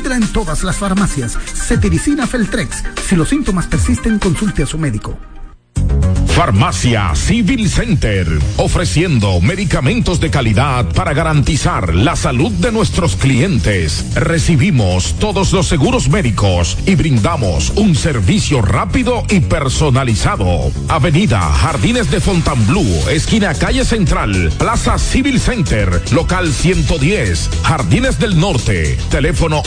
Encuentra en todas las farmacias Cetiricina Feltrex. Si los síntomas persisten, consulte a su médico. Farmacia Civil Center, ofreciendo medicamentos de calidad para garantizar la salud de nuestros clientes. Recibimos todos los seguros médicos y brindamos un servicio rápido y personalizado. Avenida Jardines de Fontainebleau, esquina Calle Central, Plaza Civil Center, local 110, Jardines del Norte. Teléfono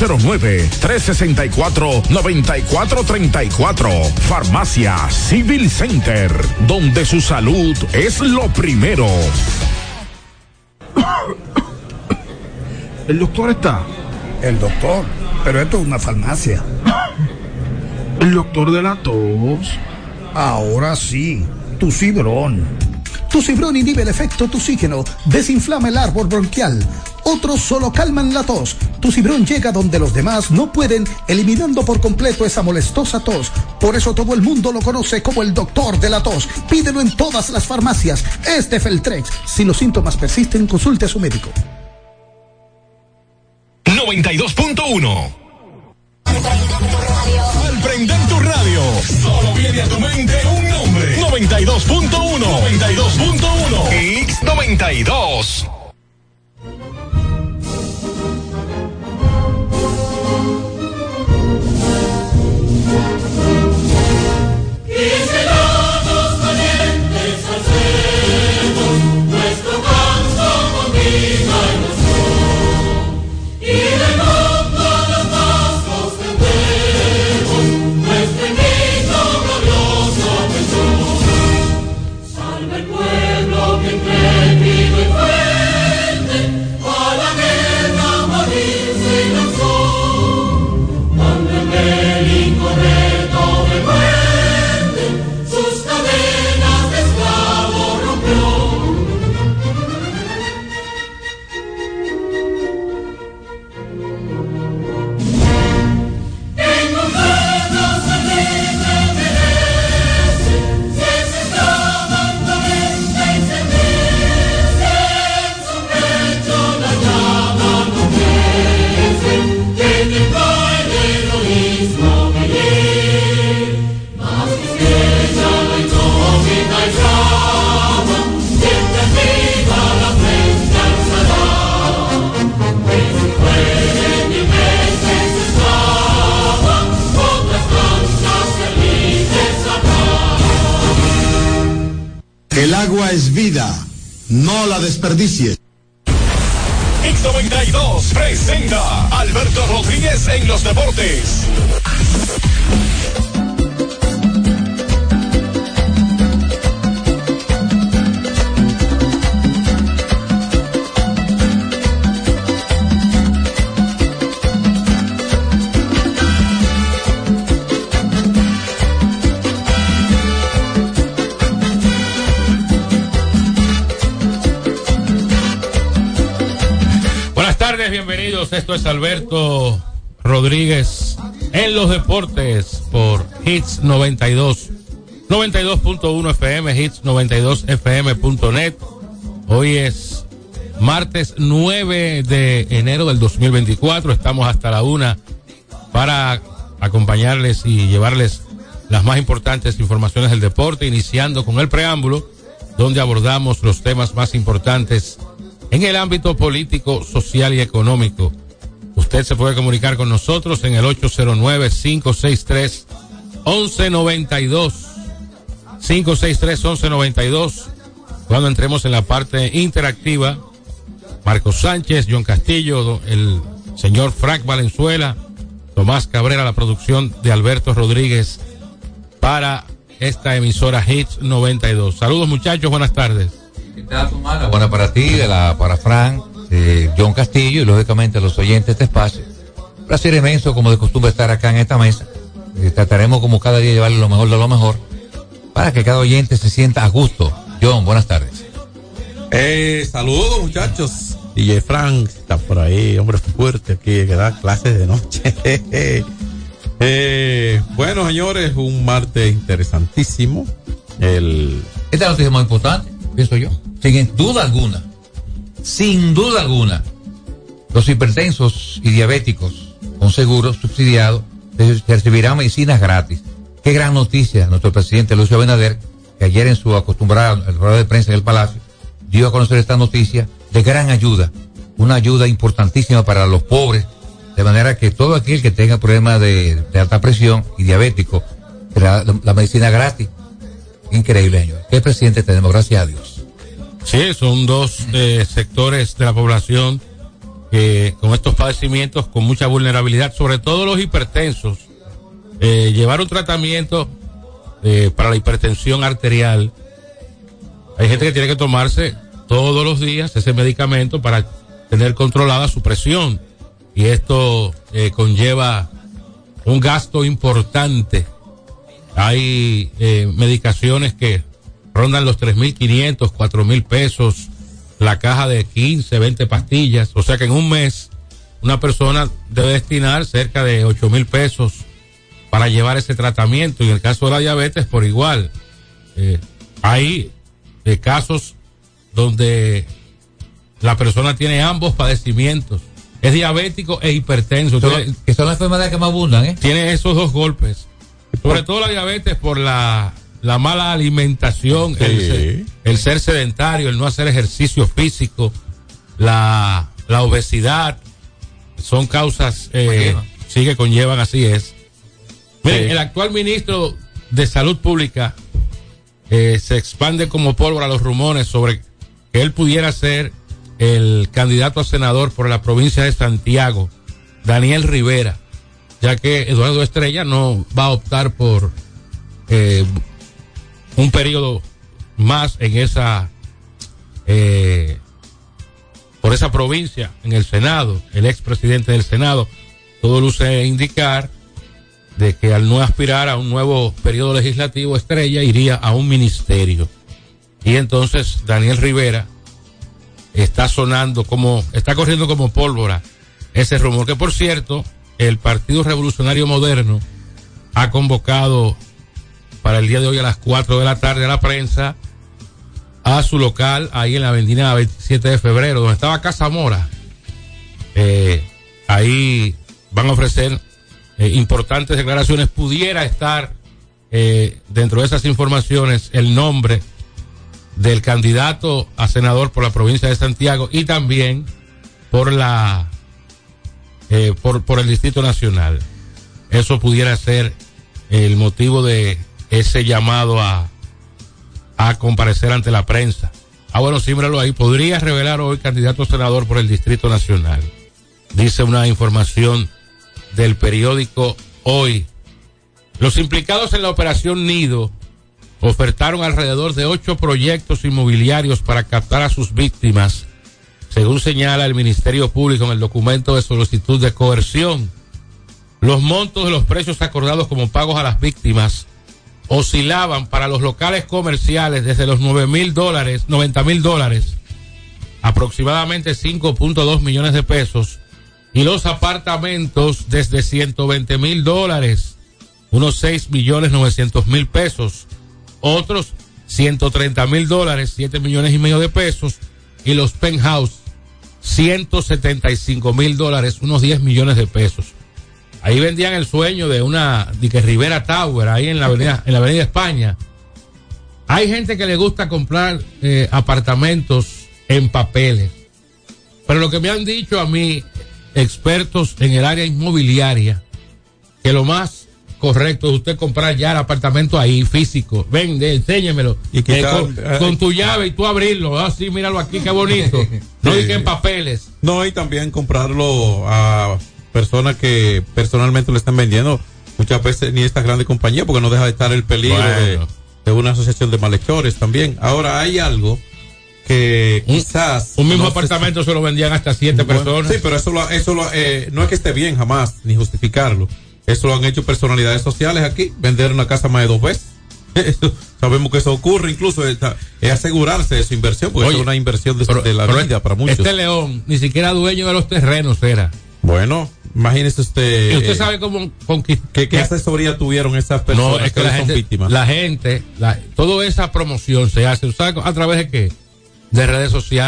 809-364-9434. Farmacia Civil Center, donde su salud es lo primero. ¿El doctor está? El doctor, pero esto es una farmacia. ¿El doctor de la tos? Ahora sí, tu Cibrón. Tu Cibrón inhibe el efecto toxígeno, desinflama el árbol bronquial. Otros solo calman la tos. Tu Cibrón llega donde los demás no pueden, eliminando por completo esa molestosa tos. Por eso todo el mundo lo conoce como el doctor de la tos. Pídelo en todas las farmacias. Es de Feltrex. Si los síntomas persisten, consulte a su médico. 92.1. Al prender tu radio, solo viene a tu mente un nombre. 92.1. 92.1. X92. El agua es vida, no la desperdicies. X92 presenta Alberto Rodríguez en los deportes. Bienvenidos, esto es Alberto Rodríguez en los deportes por Hits 92.1 FM, hits92fm.net. Hoy es martes 9 de enero del 2024, estamos hasta la 1 para acompañarles y llevarles las más importantes informaciones del deporte, iniciando con el preámbulo, donde abordamos los temas más importantes en el ámbito político, social y económico. Usted se puede comunicar con nosotros en el 809-563-1192. 563-1192. Cuando entremos en la parte interactiva, Marcos Sánchez, John Castillo, el señor Frank Valenzuela, Tomás Cabrera, la producción de Alberto Rodríguez para esta emisora Hits 92. Saludos, muchachos, buenas tardes. ¿Qué tal, Tumara? Buena para ti, para Fran, John Castillo y lógicamente los oyentes de este espacio. Un placer inmenso, como de costumbre, estar acá en esta mesa. Trataremos como cada día llevarle lo mejor de lo mejor para que cada oyente se sienta a gusto. John, buenas tardes. Saludos, muchachos. DJ Frank está por ahí, hombre fuerte aquí que da clases de noche. Bueno, señores, un martes interesantísimo. Esta noticia es muy importante, pienso yo. Sin duda alguna, los hipertensos y diabéticos con seguro subsidiado, se recibirán medicinas gratis. Qué gran noticia, nuestro presidente Lucio Abinader, que ayer en su acostumbrada rueda de prensa en el Palacio, dio a conocer esta noticia de gran ayuda, una ayuda importantísima para los pobres, de manera que todo aquel que tenga problemas de alta presión y diabético, la medicina gratis. Increíble, señor. ¿Qué presidente tenemos? Gracias a Dios. Sí, son dos sectores de la población con estos padecimientos, con mucha vulnerabilidad, sobre todo los hipertensos. Llevar un tratamiento para la hipertensión arterial. Hay gente que tiene que tomarse todos los días ese medicamento para tener controlada su presión. Y esto conlleva un gasto importante. Hay medicaciones que rondan los 3.500, 4.000 pesos, la caja de 15, 20 pastillas. O sea que en un mes una persona debe destinar cerca de 8.000 pesos para llevar ese tratamiento. Y en el caso de la diabetes, por igual. Hay casos donde la persona tiene ambos padecimientos. Es diabético e hipertenso. Que son las enfermedades que más abundan, ¿eh? Tiene esos dos golpes. Sobre todo la diabetes por la mala alimentación, el ser sedentario, el no hacer ejercicio físico, la obesidad, son causas sí que conllevan, así es. Miren, el actual ministro de Salud Pública se expande como pólvora los rumores sobre que él pudiera ser el candidato a senador por la provincia de Santiago, Daniel Rivera, ya que Eduardo Estrella no va a optar por un periodo más en esa por esa provincia en el Senado. El expresidente del Senado, todo luce indicar de que al no aspirar a un nuevo periodo legislativo, Estrella iría a un ministerio. Y entonces Daniel Rivera está corriendo como pólvora ese rumor, que por cierto, el Partido Revolucionario Moderno ha convocado para el día de hoy a las 4 de la tarde a la prensa a su local ahí en la avenida 27 de febrero, donde estaba Casa Mora. Ahí van a ofrecer importantes declaraciones. Pudiera estar dentro de esas informaciones el nombre del candidato a senador por la provincia de Santiago y también por por el Distrito Nacional. Eso pudiera ser el motivo de ese llamado a comparecer ante la prensa. Bueno, sí, míralo ahí. Podría revelar hoy candidato a senador por el Distrito Nacional. Dice una información del periódico Hoy. Los implicados en la operación Nido ofertaron alrededor de 8 proyectos inmobiliarios para captar a sus víctimas, según señala el Ministerio Público en el documento de solicitud de coerción. Los montos de los precios acordados como pagos a las víctimas oscilaban para los locales comerciales desde los $90,000, aproximadamente 5.2 millones de pesos, y los apartamentos desde $120,000, unos 6.900.000 pesos, otros $130,000, 7 millones y medio de pesos, y los penthouse $175,000, unos 10 millones de pesos. Ahí vendían el sueño de Rivera Tower, ahí en la avenida España. Hay gente que le gusta comprar apartamentos en papeles, pero lo que me han dicho a mí expertos en el área inmobiliaria, que lo más correcto es usted comprar ya el apartamento ahí físico. Ven, enséñemelo y con tu llave y tú abrirlo. Sí, míralo aquí, qué bonito. No diga en papeles. No, y también comprarlo a personas que personalmente lo están vendiendo, muchas veces ni estas grandes compañías, porque no deja de estar el peligro de una asociación de malhechores también. Ahora hay algo que quizás un mismo apartamento se lo vendían hasta 7 personas. Sí, pero eso no es que esté bien jamás, ni justificarlo. Eso lo han hecho personalidades sociales aquí, vender una casa más de 2 veces. Sabemos que eso ocurre, incluso es asegurarse de su inversión, porque es una inversión de la vida para muchos. Este León ni siquiera dueño de los terrenos era. Bueno, imagínese usted. ¿Y usted sabe cómo qué asesoría tuvieron esas personas? No, es que son víctimas. La gente, toda esa promoción se hace, ¿sabe a través de qué? De redes sociales.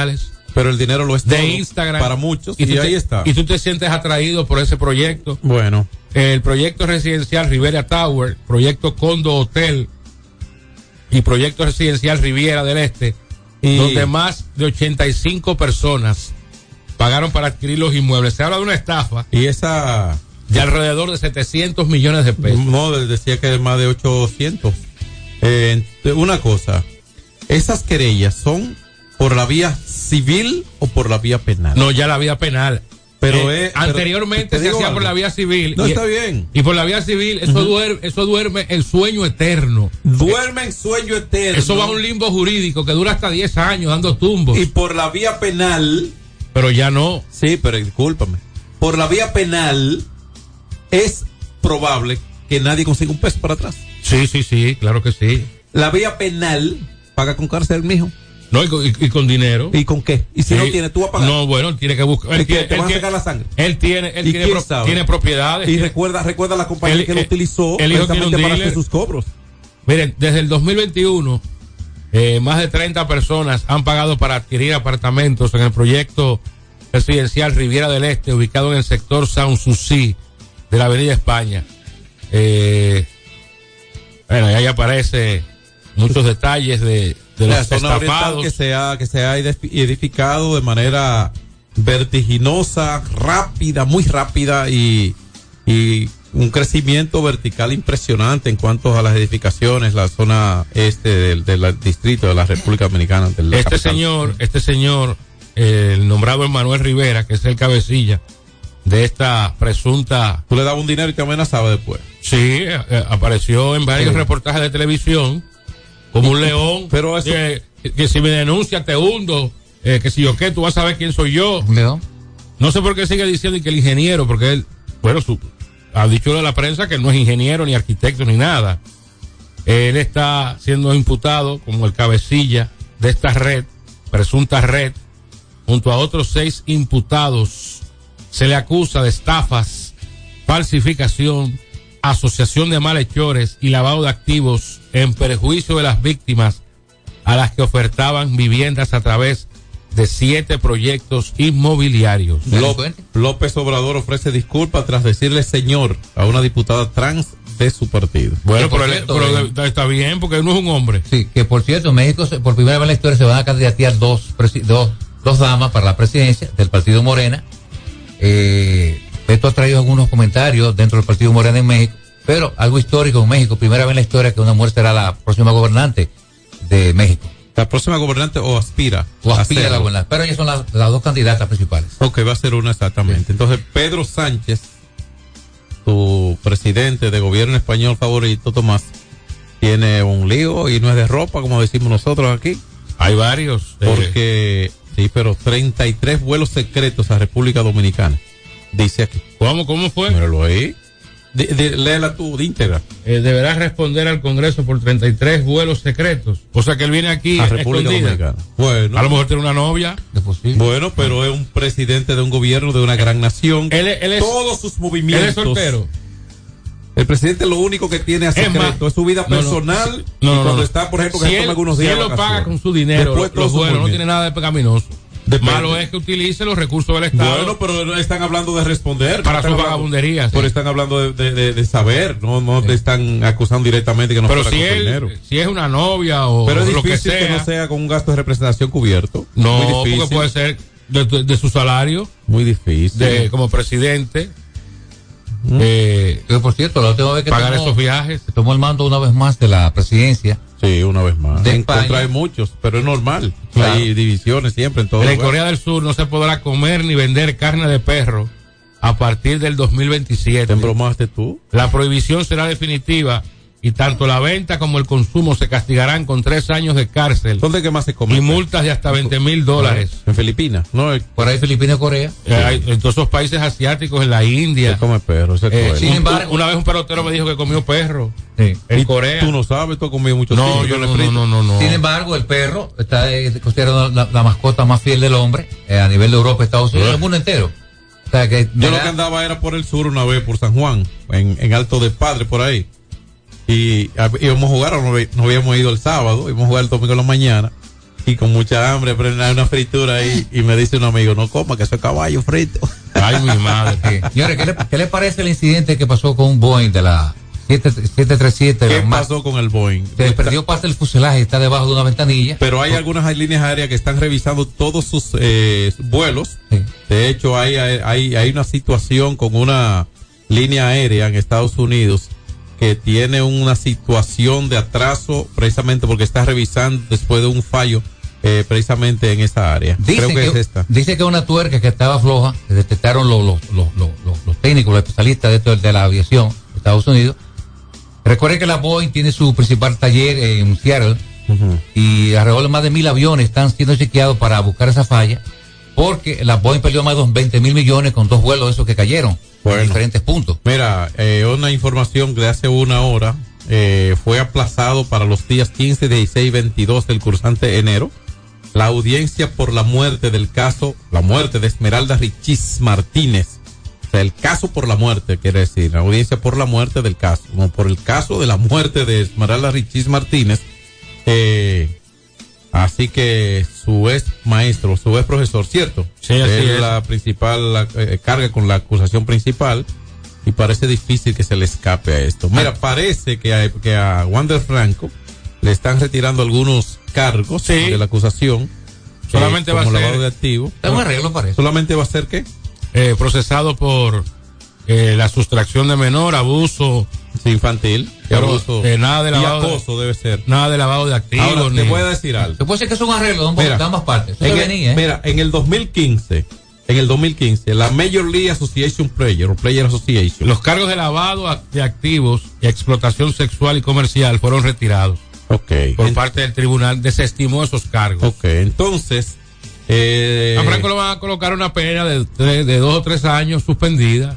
Pero el dinero lo es de todo Instagram para muchos y ahí está. Y tú te sientes atraído por ese proyecto. Bueno. El proyecto residencial Riviera Tower, proyecto Condo Hotel y proyecto residencial Riviera del Este, donde más de 85 personas pagaron para adquirir los inmuebles. Se habla de una estafa. Y esa... de alrededor de 700 millones de pesos. No, decía que es más de 800. Una cosa, ¿esas querellas son por la vía civil o por la vía penal? No, ya la vía penal. Pero anteriormente se hacía por la vía civil. No, está bien. Y por la vía civil, eso duerme el sueño eterno. Duerme en sueño eterno. Eso va a un limbo jurídico que dura hasta 10 años dando tumbos. Y por la vía penal. Pero ya no. Sí, pero discúlpame. Por la vía penal es probable que nadie consiga un peso para atrás. Sí, claro que sí. La vía penal paga con cárcel, mijo. No, y con dinero. ¿Y con qué? Y si no tiene, tú vas a pagar. No, bueno, tiene que buscar. Te van a sacar la sangre. Él tiene propiedades. Y recuerda la compañía que él utilizó precisamente para hacer sus cobros. Miren, desde el 2021, más de 30 personas han pagado para adquirir apartamentos en el proyecto residencial Riviera del Este, ubicado en el sector Sanssouci de la Avenida España. Bueno, ahí aparece muchos detalles de los estafados. Que se ha edificado de manera vertiginosa, rápida, muy rápida y un crecimiento vertical impresionante en cuanto a las edificaciones, la zona este del distrito de la República Dominicana. Este señor, el nombrado Emmanuel Rivera, que es el cabecilla de esta presunta... Tú le dabas un dinero y te amenazaba después. Sí, apareció en varios reportajes de televisión como un león. Pero eso... que si me denuncia te hundo, que si yo qué, tú vas a saber quién soy yo. ¿León? No sé por qué sigue diciendo que el ingeniero, porque él, bueno, ha dicho de la prensa que no es ingeniero, ni arquitecto, ni nada. Él está siendo imputado como el cabecilla de esta red, presunta red, junto a otros 6 imputados. Se le acusa de estafas, falsificación, asociación de malhechores y lavado de activos en perjuicio de las víctimas a las que ofertaban viviendas a través de 7 proyectos inmobiliarios. López Obrador ofrece disculpas tras decirle señor a una diputada trans de su partido. Bueno, pero está bien porque no es un hombre. Sí, que por cierto, en México por primera vez en la historia se van a candidatear dos damas para la presidencia del partido Morena. Esto ha traído algunos comentarios dentro del partido Morena en México, pero algo histórico en México, primera vez en la historia que una mujer será la próxima gobernante de México. La próxima gobernante o aspira a la gobernante, pero ellas son las 2 candidatas principales. Ok, va a ser una exactamente. Sí. Entonces, Pedro Sánchez, tu presidente de gobierno español favorito, Tomás, tiene un lío y no es de ropa, como decimos nosotros aquí. Hay varios. Porque, sí, pero 33 vuelos secretos a República Dominicana. Dice aquí. ¿Cómo fue? Míralo ahí. Léela tú, de íntegra. Deberá responder al Congreso por 33 vuelos secretos. O sea que él viene aquí a República Dominicana. Bueno. A lo mejor tiene una novia. Es posible. Bueno, pero es un presidente de un gobierno de una gran nación. Todos sus movimientos. Él es soltero. El presidente lo único que tiene a secreto es su vida personal. Cuando está, por ejemplo, que toma algunos días. Si él lo paga con su dinero, los vuelos no tiene nada de pecaminoso. Depende. Malo es que utilice los recursos del Estado. Bueno, pero no están hablando de responder. Para su vagabundería. Pero están hablando de saber, no te están acusando directamente que no pero si es una novia o pero es lo que difícil sea. Que no sea con un gasto de representación cubierto. No, muy difícil. porque puede ser de su salario. Muy difícil. Como presidente. Por cierto, la última vez que pagar esos viajes. Tomó el mando una vez más de la presidencia. Sí, una vez más. En contra hay muchos, pero es normal. Claro. Hay divisiones siempre en todo. En Corea del Sur no se podrá comer ni vender carne de perro a partir del 2027. ¿Te embromaste tú? La prohibición será definitiva y tanto la venta como el consumo se castigarán con 3 años de cárcel. ¿Dónde que más se come? Y multas de hasta $20,000. En Filipinas, ¿no? Por ahí Filipinas y Corea. En todos esos países asiáticos, en la India. Se come perro, sin embargo, una vez un pelotero me dijo que comió perro. Sí. En Corea. Tú no sabes, tú has comido mucho. No, yo no. Sin embargo, el perro está considerado la mascota más fiel del hombre a nivel de Europa, Estados Unidos, el mundo entero. O sea, que yo lo que andaba era por el sur una vez, por San Juan, en Alto del Padre, por ahí. Y íbamos a jugar, no habíamos ido el sábado, íbamos a jugar el domingo en la mañana. y con mucha hambre, prende una fritura ahí y me dice un amigo, no coma, que eso es caballo frito. Ay, mi madre. Señores, ¿qué le parece el incidente que pasó con un Boeing de la 737? ¿Qué pasó con el Boeing? Se perdió parte del fuselaje, está debajo de una ventanilla. Pero hay algunas líneas aéreas que están revisando todos sus vuelos. Sí. De hecho, hay una situación con una línea aérea en Estados Unidos que tiene una situación de atraso precisamente porque está revisando después de un fallo precisamente en esa área. Creo que es esta. Dice que una tuerca que estaba floja, que detectaron los técnicos, los especialistas de la aviación de Estados Unidos. Recuerde que la Boeing tiene su principal taller en Seattle, y alrededor de más de 1,000 aviones están siendo chequeados para buscar esa falla, porque la Boeing perdió más de 20,000 millones con 2 vuelos esos que cayeron en diferentes puntos. Mira, una información de hace una hora, fue aplazado para los días 15, 16 y 22 del cursante enero la audiencia por la muerte de Esmeralda Richis Martínez. O sea, el caso por la muerte, quiere decir, la audiencia por la muerte del caso, no por el caso de la muerte de Esmeralda Richis Martínez. Así que su ex maestro, su ex profesor, ¿cierto? Sí, así es. La principal carga con la acusación principal y parece difícil que se le escape a esto. Mira, parece que a Wander Franco le están retirando algunos cargos de la acusación. Solamente va a ser lavado de activos. Es un arreglo, parece. ¿Solamente va a ser qué? Procesado por la sustracción de menor, abuso infantil, abuso, nada de lavado, y acoso debe ser. Nada de lavado de activos. Ahora, te voy a decir algo. Se puede decir que es un arreglo de ambas partes. Mira, en el 2015, la Major League Association Player Association. Los cargos de lavado de activos y explotación sexual y comercial fueron retirados. Por parte del tribunal, desestimó esos cargos. Entonces, a Franco le van a colocar una pena de 2 o 3 años suspendida.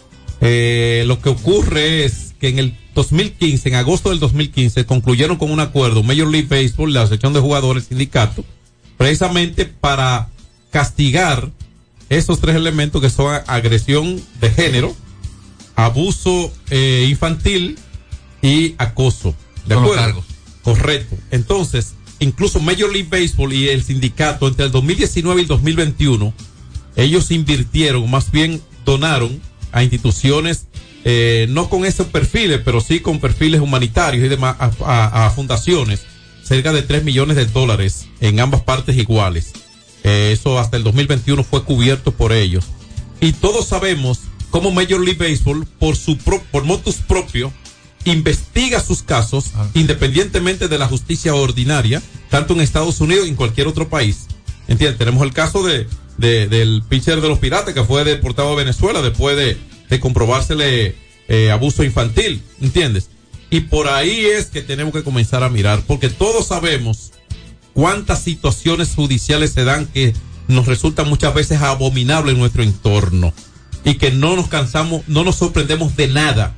Lo que ocurre es que en el 2015, en agosto del 2015, concluyeron con un acuerdo Major League Baseball, la sección de jugadores, el sindicato, precisamente para castigar esos 3 elementos que son agresión de género, abuso infantil y acoso. ¿De acuerdo? Correcto. Entonces, incluso Major League Baseball y el sindicato, entre el 2019 y el 2021, ellos invirtieron, más bien donaron a instituciones, no con esos perfiles, pero sí con perfiles humanitarios y demás, a fundaciones, cerca de $3 millones en ambas partes iguales. Eso hasta el 2021 fue cubierto por ellos. Y todos sabemos cómo Major League Baseball, por motus propio, investiga sus casos independientemente de la justicia ordinaria, tanto en Estados Unidos y en cualquier otro país. ¿Entiendes? Tenemos el caso del pitcher de los Piratas que fue deportado a Venezuela después de comprobársele abuso infantil. ¿Entiendes? Y por ahí es que tenemos que comenzar a mirar, porque todos sabemos cuántas situaciones judiciales se dan que nos resultan muchas veces abominables en nuestro entorno y que no nos cansamos, no nos sorprendemos de nada,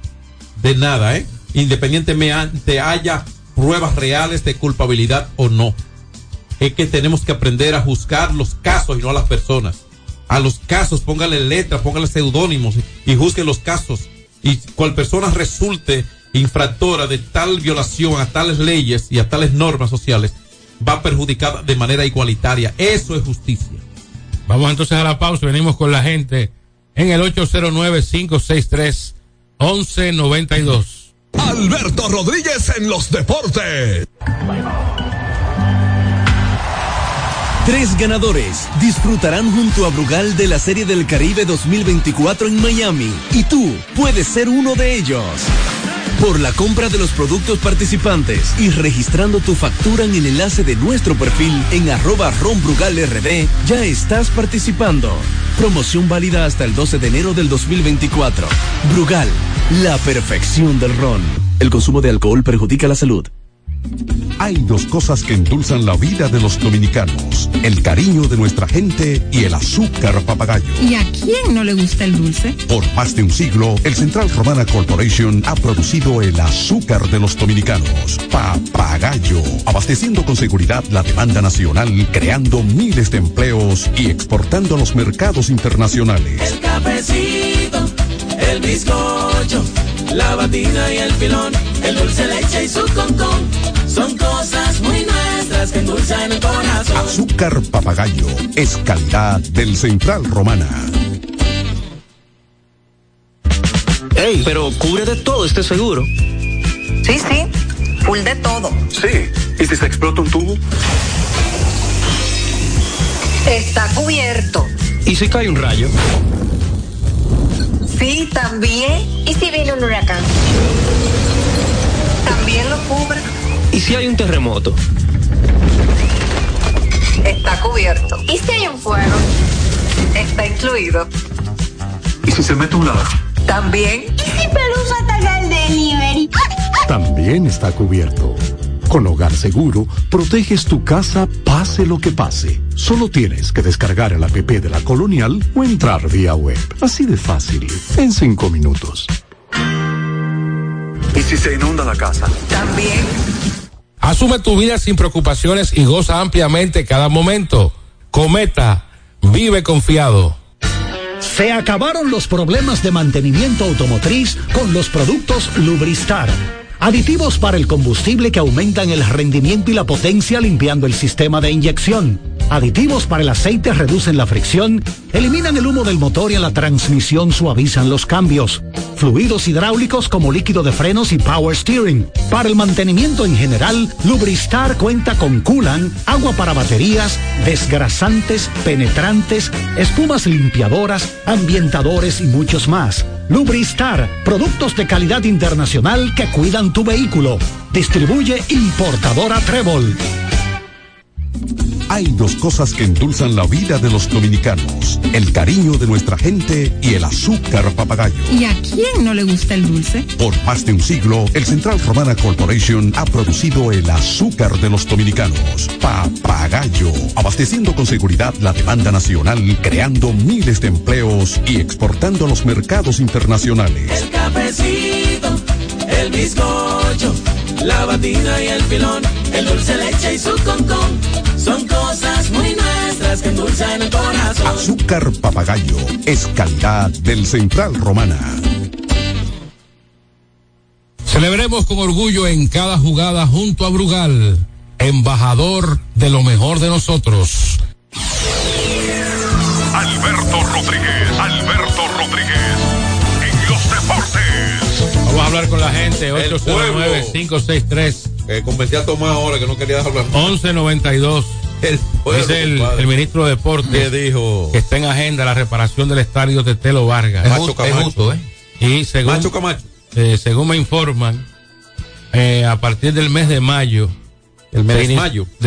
independientemente haya pruebas reales de culpabilidad o no. Es que tenemos que aprender a juzgar los casos y no a las personas. A los casos póngale letras, póngale seudónimos y juzgue los casos. Y cual persona resulte infractora de tal violación a tales leyes y a tales normas sociales, va perjudicada de manera igualitaria. Eso es justicia. Vamos entonces a la pausa y venimos con la gente en el 809-563-1192. Alberto Rodríguez en los deportes. 3 ganadores disfrutarán junto a Brugal de la Serie del Caribe 2024 en Miami, y tú puedes ser uno de ellos. Por la compra de los productos participantes y registrando tu factura en el enlace de nuestro perfil en @ronbrugalrd, ya estás participando. Promoción válida hasta el 12 de enero del 2024. Brugal, la perfección del ron. El consumo de alcohol perjudica la salud. Hay 2 cosas que endulzan la vida de los dominicanos: el cariño de nuestra gente y el azúcar papagayo. ¿Y a quién no le gusta el dulce? Por más de un siglo, el Central Romana Corporation ha producido el azúcar de los dominicanos, Papagayo, abasteciendo con seguridad la demanda nacional, creando miles de empleos y exportando a los mercados internacionales. El cafecito, el bizcocho, la batida y el filón, el dulce leche y su concón, son cosas muy nuestras nuestras que endulzan el corazón. Azúcar Papagayo es calidad del Central Romana. Ey, pero cubre de todo este seguro. Sí, full de todo. Sí, ¿y si se explota un tubo? Está cubierto. ¿Y si cae un rayo? Sí, también. ¿Y si viene un huracán? También lo cubre. ¿Y si hay un terremoto? Está cubierto. ¿Y si hay un fuego? Está incluido. ¿Y si se mete un ladrón? También. ¿Y si Pelusa ataca el delivery? También está cubierto. Con Hogar Seguro, proteges tu casa pase lo que pase. Solo tienes que descargar el app de la Colonial o entrar vía web. Así de fácil, en 5 minutos. ¿Y si se inunda la casa? También. Asume tu vida sin preocupaciones y goza ampliamente cada momento. Cometa, vive confiado. Se acabaron los problemas de mantenimiento automotriz con los productos Lubristar. Aditivos para el combustible que aumentan el rendimiento y la potencia limpiando el sistema de inyección. Aditivos para el aceite reducen la fricción, eliminan el humo del motor y en la transmisión suavizan los cambios. Fluidos hidráulicos como líquido de frenos y power steering. Para el mantenimiento en general, Lubristar cuenta con coolant, agua para baterías, desgrasantes, penetrantes, espumas limpiadoras, ambientadores y muchos más. Lubristar, productos de calidad internacional que cuidan tu vehículo. Distribuye importadora Trébol. Hay dos cosas que endulzan la vida de los dominicanos: el cariño de nuestra gente y el azúcar Papagayo. ¿Y a quién no le gusta el dulce? Por más de un siglo, el Central Romana Corporation ha producido el azúcar de los dominicanos, Papagayo, abasteciendo con seguridad la demanda nacional, creando miles de empleos y exportando a los mercados internacionales. El cafecito, el bizcocho, la batida y el filón, el dulce leche y su concón, son cosas muy nuestras que endulzan el corazón. Azúcar Papagayo es calidad del Central Romana. Celebremos con orgullo en cada jugada junto a Brugal, embajador de lo mejor de nosotros. Alberto Rodríguez, en los deportes. Vamos a hablar con la gente, 809-563. Convencí a Tomás ahora que no quería hablar. 1192. Dice el ministro de Deportes que dijo que está en agenda la reparación del estadio Tetelo Vargas. Es justo, Y según, Macho Camacho. Según me informan, a partir del mes de mayo, del mes de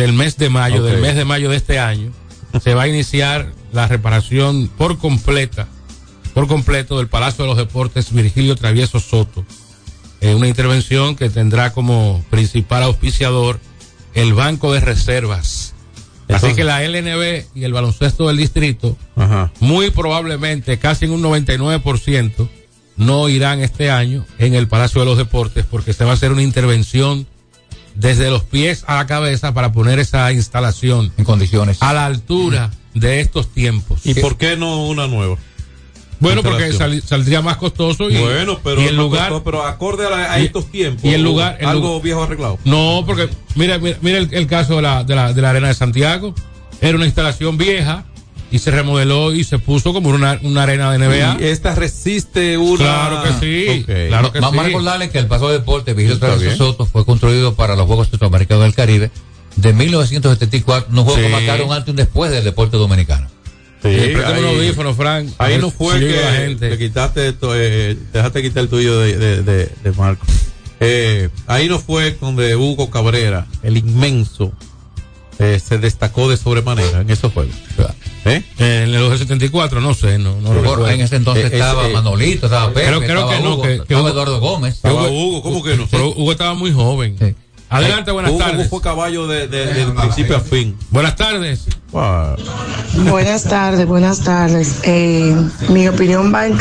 mayo de este año, se va a iniciar la reparación por completo del Palacio de los Deportes Virgilio Travieso Soto. Una intervención que tendrá como principal auspiciador el Banco de Reservas. Así que la LNB y el baloncesto del distrito, muy probablemente, casi en un 99%, no irán este año en el Palacio de los Deportes porque se va a hacer una intervención desde los pies a la cabeza para poner esa instalación en condiciones a la altura de estos tiempos. ¿Y por qué no una nueva? Bueno, porque saldría más costoso y, pero y el lugar, costó, pero acorde a estos tiempos. Y el lugar, algo viejo arreglado. No, porque mira el caso de la Arena de Santiago. Era una instalación vieja y se remodeló y se puso como una arena de NBA. Y esta resiste una. Claro que sí. Okay. Claro que Vamos a recordarle que el Paso de Deportes Vigilio Travieso Soto fue construido para los Juegos Centroamericanos del Caribe de 1974. Unos juegos que marcaron antes y un después del deporte dominicano. Sí, préstame un audífono, Frank. Ahí no fue si que le quitaste dejaste quitar el tuyo de Marco. Ahí no fue donde Hugo Cabrera, el inmenso, se destacó de sobremanera en esos juegos. En el 74, no sé, no recuerdo. En ese entonces estaba Manolito, estaba Pepe, creo que Hugo, que estaba Eduardo Gómez. Estaba Hugo, ¿cómo que no? Pero Hugo estaba muy joven. Sí. Adelante, buenas tardes. Hugo fue caballo de principio a fin. Buenas tardes. Wow. Buenas tardes. Mi opinión va en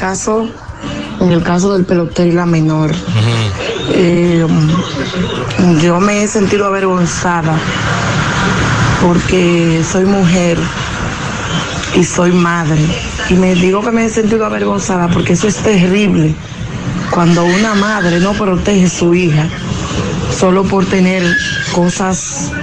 el caso del pelotero y la menor. Yo me he sentido avergonzada porque soy mujer y soy madre. Y me digo que me he sentido avergonzada porque eso es terrible. Cuando una madre no protege a su hija solo por tener cosas,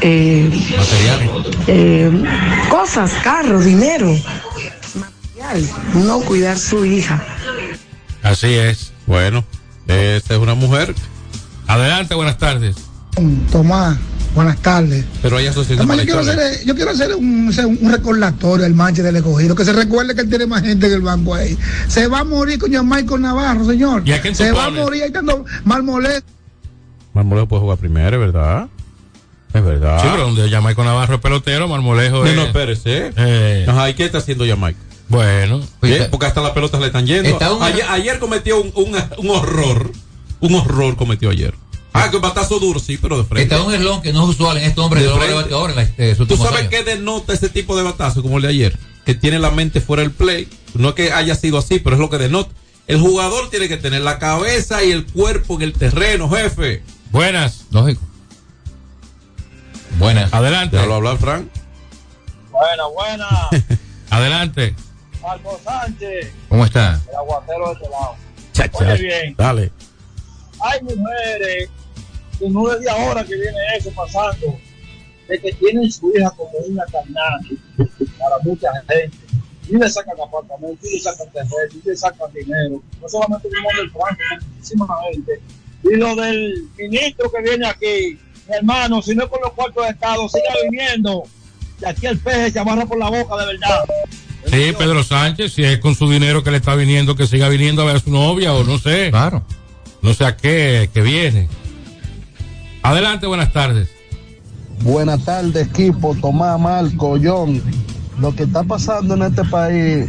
cosas, carros, dinero, material, no cuidar su hija. Así es. Bueno, esta es una mujer. Adelante, buenas tardes. Tomás, buenas tardes. Pero hay asociación. Yo quiero hacer un recordatorio al Manche del Escogido, que se recuerde que él tiene más gente en el banco ahí. Se va a morir con Michael Navarro, señor. ¿Y a quién se va a morir ahí estando Marmolejo. Marmolejo puede jugar primero, ¿es verdad? Es verdad. Sí, pero donde Michael Navarro es pelotero, Marmolejo es... No, espérese. Ajá, ¿y qué está haciendo Jamaica? Bueno. Porque hasta las pelotas le están yendo. Ayer cometió un horror. Un horror cometió ayer. Que un batazo duro, sí, pero de frente. Está un eslón que no es usual en este hombre de bateadores en ¿Tú sabes qué denota ese tipo de batazo como el de ayer? Que tiene la mente fuera del play. No es que haya sido así, pero es lo que denota. El jugador tiene que tener la cabeza y el cuerpo en el terreno, jefe. Buenas. Lógico. Buenas. Adelante. ¿Ya lo hablar, Frank? Buena. Adelante. Marco Sánchez. ¿Cómo está? El aguacero de este lado. Chacha. Bien. Dale. Hay mujeres que no es de ahora que viene eso pasando, de que tienen su hija como una carnal para mucha gente. Y le sacan apartamentos, y le sacan terreno, y le sacan dinero. No solamente el mundo del Franco, muchísima gente. Y lo del ministro que viene aquí, mi hermano, si no es con los cuartos de Estado, siga viniendo. Y aquí el peje se amarra por la boca, de verdad. Sí, Pedro Sánchez, si es con su dinero que le está viniendo, que siga viniendo a ver a su novia o no sé. Claro. No sé a qué, que viene. Adelante, buenas tardes. Buenas tardes, equipo, Tomás, Marco, John. Lo que está pasando en este país,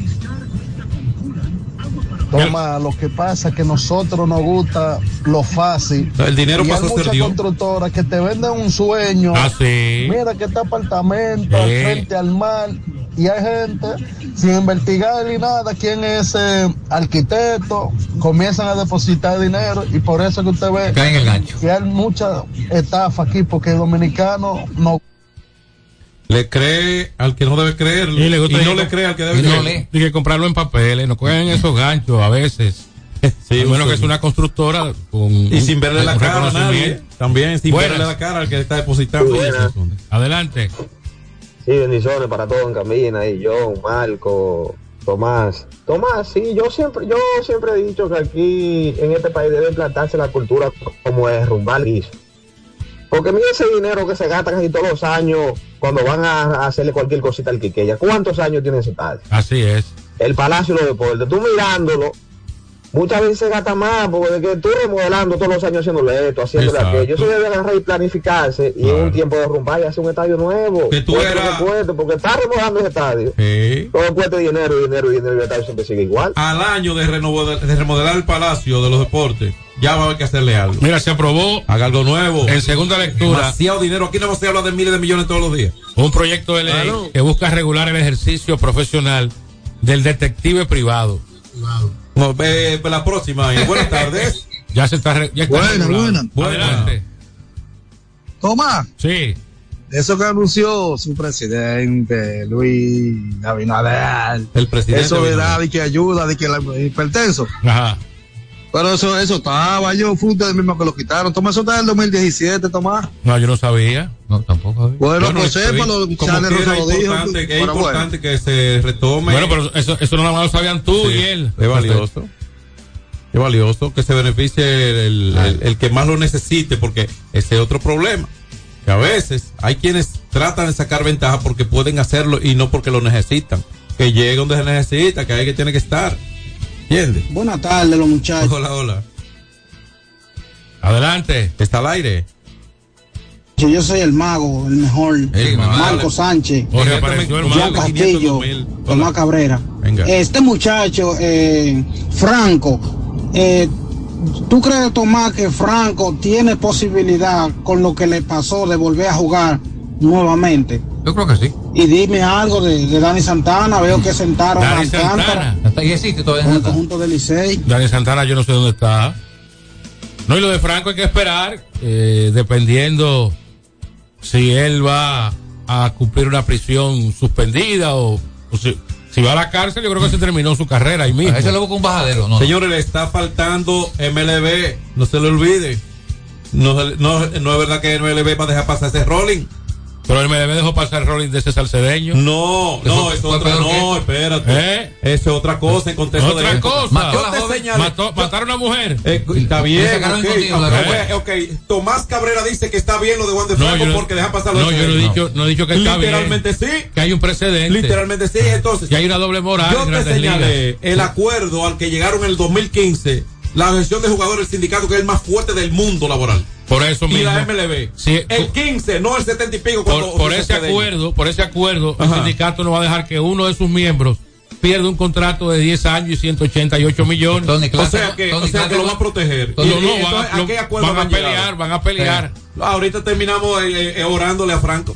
Tomás, lo que pasa es que a nosotros nos gusta lo fácil. El dinero pasó a ser Dios. Hay muchas constructoras que te venden un sueño. Sí. Mira que este apartamento frente al mar. Y hay gente, sin investigar ni nada, quién es ese arquitecto, comienzan a depositar dinero y por eso que usted ve caen el gancho. Que hay mucha estafa aquí, porque el dominicano no le cree al que no debe creerle y no le cree al que debe creerle. Hay que comprarlo en papeles, no cogen esos ganchos a veces. Sí, bueno, que es una constructora y sin verle la cara a nadie, también sin verle la cara al que está depositando. Adelante. Sí, bendiciones para todos en cabina, y John, Marco, Tomás, sí, yo siempre he dicho que aquí en este país debe implantarse la cultura como es rumbar liso. Porque mira ese dinero que se gasta casi todos los años cuando van a hacerle cualquier cosita al Quiqueya. ¿Cuántos años tiene ese estadio? Así es. El Palacio de los Deportes, tú mirándolo, muchas veces se gasta más porque de que tú remodelando todos los años haciéndole esto, haciéndole aquello. Eso debe agarrar y planificarse y en un tiempo de rumbar y hacer un estadio nuevo. Que tú porque está remodelando ese estadio. Sí. Todo cuesta dinero y el estadio siempre sigue igual. Al año de remodelar el Palacio de los Deportes, ya va a haber que hacerle algo. Mira, se aprobó. Haga algo nuevo. En segunda lectura. Demasiado dinero. Aquí no se habla de miles de millones todos los días. Un proyecto de ley que busca regular el ejercicio profesional del detective privado. No, la próxima. Buenas tardes. Ya está Buenas. Adelante. Tomás. Sí. Eso que anunció su presidente, Luis Abinader. El presidente. Eso de dar y que ayuda, de que el hipertenso. Ajá. Pero eso estaba, yo fui ustedes mismos que lo quitaron. Tomás, eso está en el 2017, Tomás. No, yo no sabía. No, tampoco. Bueno, pues sépalo, Chale Rosa lo dijo. Es importante que se retome. Bueno, pero eso no más lo sabían tú y él. Es valioso. Es valioso que se beneficie el que más lo necesite, porque ese es otro problema. Que a veces hay quienes tratan de sacar ventaja porque pueden hacerlo y no porque lo necesitan. Que llegue donde se necesita, que hay que tiene que estar. ¿Entiendes? Buenas tardes, los muchachos. Hola. Adelante. ¿Está al aire? Yo soy el mago, el mejor. Marco Sánchez. John Castillo. Tomás Cabrera. Venga. Este muchacho, Franco, ¿tú crees, Tomás, que Franco tiene posibilidad con lo que le pasó de volver a jugar nuevamente? Yo creo que sí. Y dime algo de Dani Santana. Veo que sentaron a Alcántara. ¿Y existe todavía en el conjunto del Licey? Dani Santana, yo no sé dónde está. No, y lo de Franco hay que esperar, dependiendo si él va a cumplir una prisión suspendida o si va a la cárcel. Yo creo que se terminó su carrera ahí mismo. Ese lo busca un bajadero, ¿no? Señores, le está faltando MLB, no se lo olvide. No es verdad que MLB va a dejar pasar ese rolling. Pero el MLB dejó pasar el rolling de ese salcedeño. No, es otra, no, espérate. Eso es otra cosa en contexto de otra cosa. Mataron a una mujer. Está bien, okay. Tomás Cabrera dice que está bien lo de Juan de Franco porque deja pasar los no he dicho que está bien. Literalmente sí. Que hay un precedente. Literalmente sí, entonces. Y hay una doble moral. Yo te señalé el acuerdo al que llegaron en el 2015, la asociación de jugadores del sindicato, que es el más fuerte del mundo laboral. Por eso mismo. Y la MLB. Sí, el 15, no el 70 y pico. Por ese acuerdo, el sindicato no va a dejar que uno de sus miembros pierda un contrato de 10 años y 188 millones. O sea que lo va a proteger. Van a pelear. Ahorita terminamos orándole a Franco.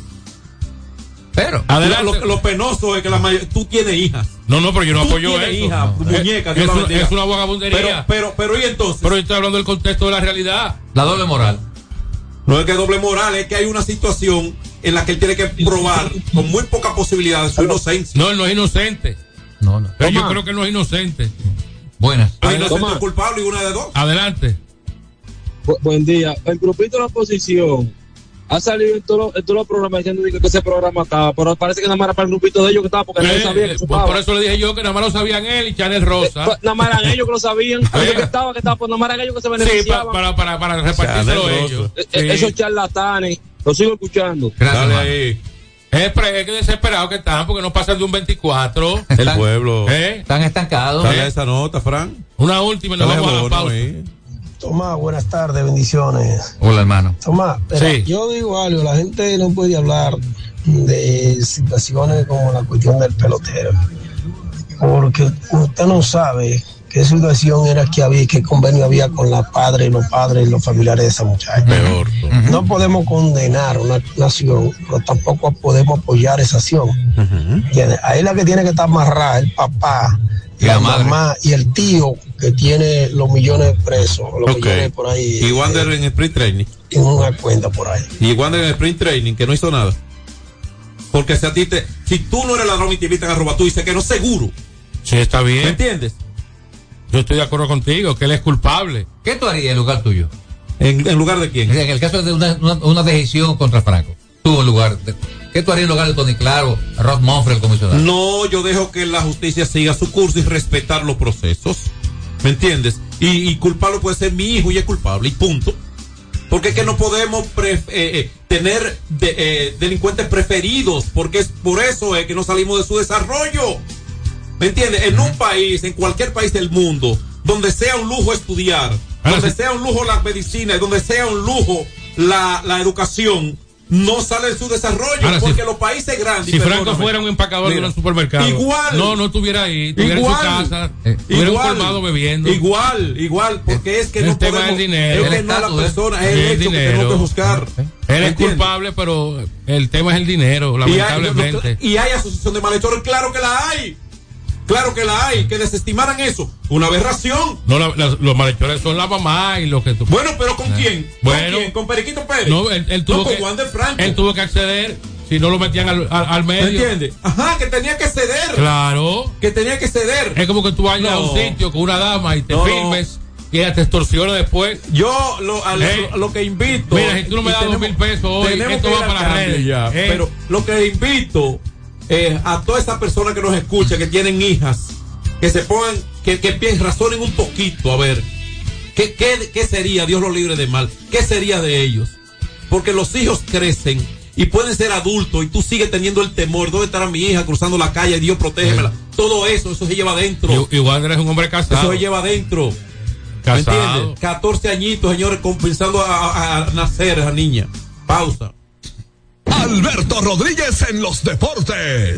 Pero lo penoso es que tú tienes hijas. No, pero yo no apoyo eso. Hija, muñeca, es una vagabundería. Pero y entonces. Pero yo estoy hablando del contexto de la realidad. La doble moral. No es que doble moral, es que hay una situación en la que él tiene que probar con muy poca posibilidad de su inocencia. No, él no es inocente. No. Pero yo creo que no es inocente. Buenas. Es inocente o culpable y una de dos. Adelante. Buen día. El grupito de la oposición ha salido en todos los programas diciendo que ese programa estaba, pero parece que nada más era para el grupito de ellos que estaba, porque nadie sabía que estaba. Por eso le dije yo que nada más lo sabían él y Chanel Rosa. Nada más eran ellos que lo sabían. Ellos que estaba, pues nada más eran ellos que se beneficiaban. Sí, para repartírselo ellos. Esos charlatanes, los sigo escuchando. Dale ahí. Es que desesperado que están porque no pasan de un 24. El pueblo. Están estancados. Dale esa nota, Fran. Una última y nos vamos a la pausa. Tomás, buenas tardes, bendiciones. Hola, hermano. Tomás, yo digo algo, la gente no puede hablar de situaciones como la cuestión del pelotero, porque usted no sabe qué situación era que había, qué convenio había con los padres y los familiares de esa muchacha. Peor. No podemos condenar una nación, pero tampoco podemos apoyar esa acción. Ahí la que tiene que estar amarrada el papá, la mamá y el tío que tiene los millones presos, los millones por ahí. Y Wander en Sprint Training. En una cuenta por ahí. Y Wander en Sprint Training, que no hizo nada. Porque si tú no eres ladrón y te invitan a robar, tú dices que no, seguro. Sí, está bien. ¿Me entiendes? Yo estoy de acuerdo contigo, que él es culpable. ¿Qué tú harías en lugar tuyo? ¿En lugar de quién? En el caso de una decisión contra Franco. Tú en lugar de... ¿Qué tú harías en lugar de Tony Claro, Ross Monfrey, el comisionado? No, yo dejo que la justicia siga su curso y respetar los procesos. ¿Me entiendes? Y culpable puede ser mi hijo y es culpable, y punto. Porque es que no podemos tener delincuentes preferidos, porque es por eso que no salimos de su desarrollo. ¿Me entiendes? En un país, en cualquier país del mundo, donde sea un lujo estudiar, donde sea un lujo la medicina, donde sea un lujo la educación, no sale de su desarrollo. Ahora, porque los países grandes. Si Franco fuera un empacador de un supermercado, igual. No estuviera ahí, estuviera en su casa, estuviera un colmado bebiendo. Igual, porque es que no tema podemos. Del dinero. Es que no la persona, es el hecho que tenemos que buscar. Él es culpable, pero el tema es el dinero, lamentablemente. Y hay asociación de malhechores, claro que la hay. Claro que la hay, que desestimaran eso. Una aberración. No, los malhechores son la mamá y lo que tú. Bueno, pero ¿con quién? Bueno, ¿Con quién? ¿Con Periquito Pérez? No, él tuvo con Juan de Franco. Él tuvo que acceder, si no lo metían al medio. ¿Me entiendes? Ajá, que tenía que ceder. Claro. Que tenía que ceder. Es como que tú vayas a un sitio con una dama y te filmes y ella te extorsiona después. Yo lo que invito. Mira, si tú no me das 2,000 pesos hoy, esto va para las redes. Ya, pero lo que invito a todas esas personas que nos escuchan, que tienen hijas, que se pongan, que razonen un poquito, a ver, ¿qué sería, Dios los libre de mal, qué sería de ellos? Porque los hijos crecen y pueden ser adultos y tú sigues teniendo el temor, ¿dónde estará mi hija cruzando la calle? Dios protégemela. Todo eso se lleva adentro. Igual eres un hombre casado. Eso se lleva adentro. ¿Me entiendes? 14 añitos, señores, compensando a nacer esa niña. Pausa. Alberto Rodríguez en los deportes.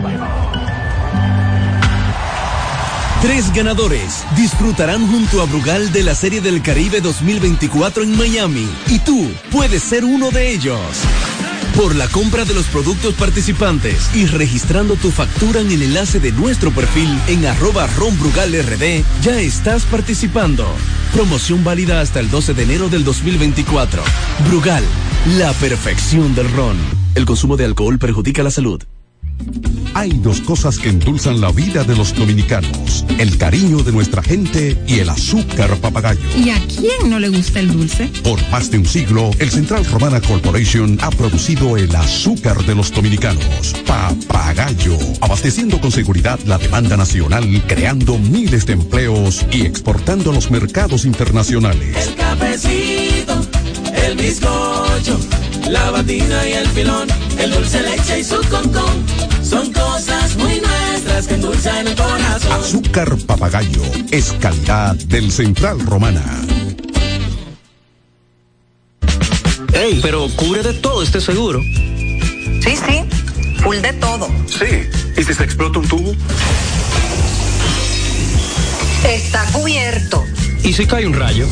3 ganadores disfrutarán junto a Brugal de la Serie del Caribe 2024 en Miami y tú puedes ser uno de ellos. Por la compra de los productos participantes y registrando tu factura en el enlace de nuestro perfil en @ronbrugalrd, ya estás participando. Promoción válida hasta el 12 de enero del 2024. Brugal, la perfección del ron. El consumo de alcohol perjudica la salud. Hay dos cosas que endulzan la vida de los dominicanos: el cariño de nuestra gente y el azúcar papagayo. ¿Y a quién no le gusta el dulce? Por más de un siglo, el Central Romana Corporation ha producido el azúcar de los dominicanos, Papagayo, abasteciendo con seguridad la demanda nacional, creando miles de empleos y exportando a los mercados internacionales. El cafecito, el bizcocho, la batina y el filón, el dulce leche y su concón, son cosas muy nuestras que endulzan el corazón. Azúcar Papagayo es calidad del Central Romana. Ey, pero cubre de todo este seguro. Sí, full de todo. Sí, ¿y si se explota un tubo? Está cubierto. ¿Y si cae un rayo?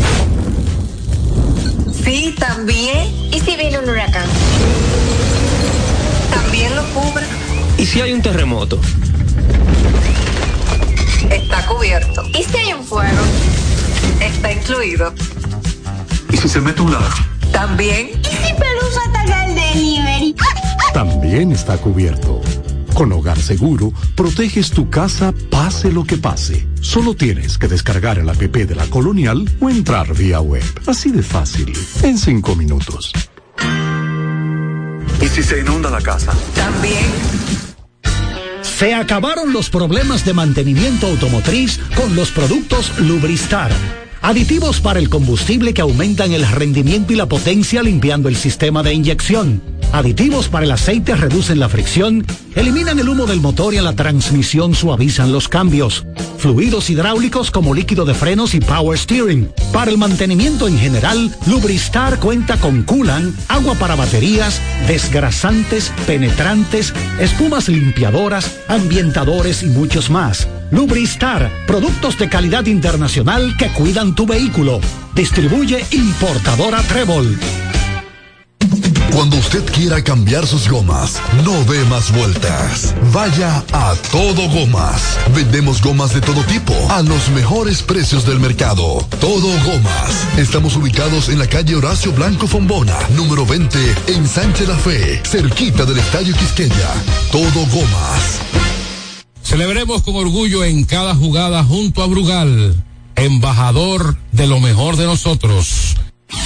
Sí, también. ¿Y si viene un huracán? También lo cubre. ¿Y si hay un terremoto? Está cubierto. ¿Y si hay un fuego? Está incluido. ¿Y si se mete un ladrón? También. ¿Y si Pelusa ataca el delivery? También está cubierto. Con Hogar Seguro, proteges tu casa pase lo que pase. Solo tienes que descargar el app de la Colonial o entrar vía web. Así de fácil, en 5 minutos. ¿Y si se inunda la casa? También. Se acabaron los problemas de mantenimiento automotriz con los productos Lubristar. Aditivos para el combustible que aumentan el rendimiento y la potencia limpiando el sistema de inyección. Aditivos para el aceite reducen la fricción, eliminan el humo del motor y en la transmisión suavizan los cambios. Fluidos hidráulicos como líquido de frenos y power steering. Para el mantenimiento en general, Lubristar cuenta con coolant, agua para baterías, desgrasantes, penetrantes, espumas limpiadoras, ambientadores y muchos más. Lubristar, productos de calidad internacional que cuidan tu vehículo. Distribuye importadora Trébol. Cuando usted quiera cambiar sus gomas, no dé más vueltas. Vaya a Todo Gomas. Vendemos gomas de todo tipo a los mejores precios del mercado. Todo Gomas. Estamos ubicados en la calle Horacio Blanco Fombona, número 20, en Sánchez La Fe, cerquita del Estadio Quisqueya. Todo Gomas. Celebremos con orgullo en cada jugada junto a Brugal, embajador de lo mejor de nosotros.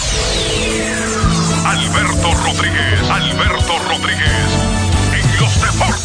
Alberto Rodríguez, en los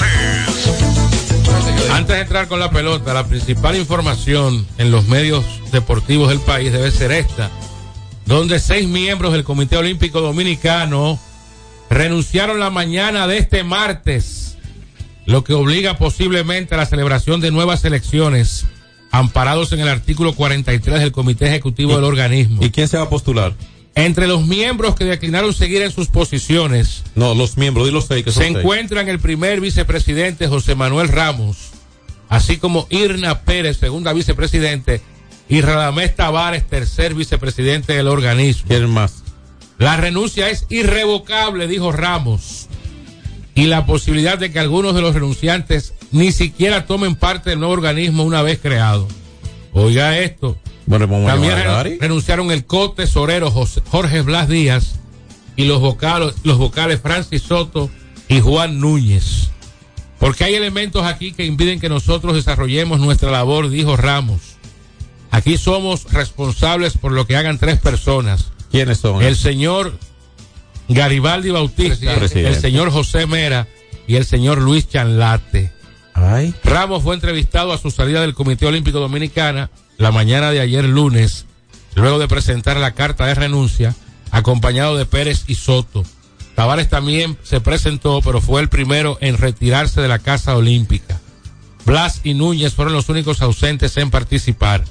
deportes. Antes de entrar con la pelota, la principal información en los medios deportivos del país debe ser esta, donde 6 miembros del Comité Olímpico Dominicano renunciaron la mañana de este martes, lo que obliga posiblemente a la celebración de nuevas elecciones, amparados en el artículo 43 del Comité Ejecutivo del organismo. ¿Y quién se va a postular? Entre los miembros que declinaron seguir en sus posiciones. No, los miembros, di los 6 que son 6. Se encuentran el primer vicepresidente José Manuel Ramos, así como Irna Pérez, segunda vicepresidente, y Radamés Tavares, tercer vicepresidente del organismo. ¿Quién más? La renuncia es irrevocable, dijo Ramos, y la posibilidad de que algunos de los renunciantes ni siquiera tomen parte del nuevo organismo una vez creado. Oiga esto. Bueno, también renunciaron el co-tesorero Jorge Blas Díaz y los vocales Francis Soto y Juan Núñez. Porque hay elementos aquí que impiden que nosotros desarrollemos nuestra labor, dijo Ramos. Aquí somos responsables por lo que hagan 3 personas. ¿Quiénes son? El señor Garibaldi Bautista, el señor José Mera y el señor Luis Chanlate. Ay. Ramos fue entrevistado a su salida del Comité Olímpico Dominicano la mañana de ayer lunes, luego de presentar la carta de renuncia, acompañado de Pérez y Soto. Tavares también se presentó, pero fue el primero en retirarse de la Casa Olímpica. Blas y Núñez fueron los únicos ausentes en participar.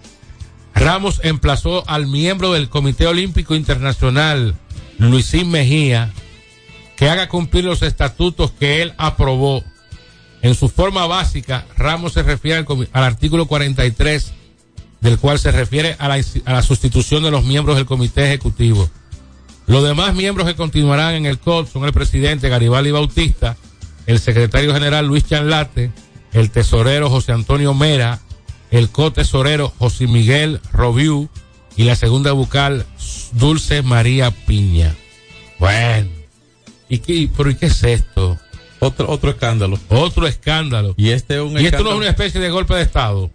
Ramos emplazó al miembro del Comité Olímpico Internacional, Luisín Mejía, que haga cumplir los estatutos que él aprobó. En su forma básica, Ramos se refiere al artículo 43, del cual se refiere a la sustitución de los miembros del comité ejecutivo. Los demás miembros que continuarán en el COD son el presidente Garibaldi Bautista, el secretario general Luis Chanlate, el tesorero José Antonio Mera, el co-tesorero José Miguel Robiú y la segunda vocal Dulce María Piña. Bueno, ¿y qué es esto? Otro escándalo. Otro escándalo. Y este es un y esto escándalo. no es una especie de golpe de Estado.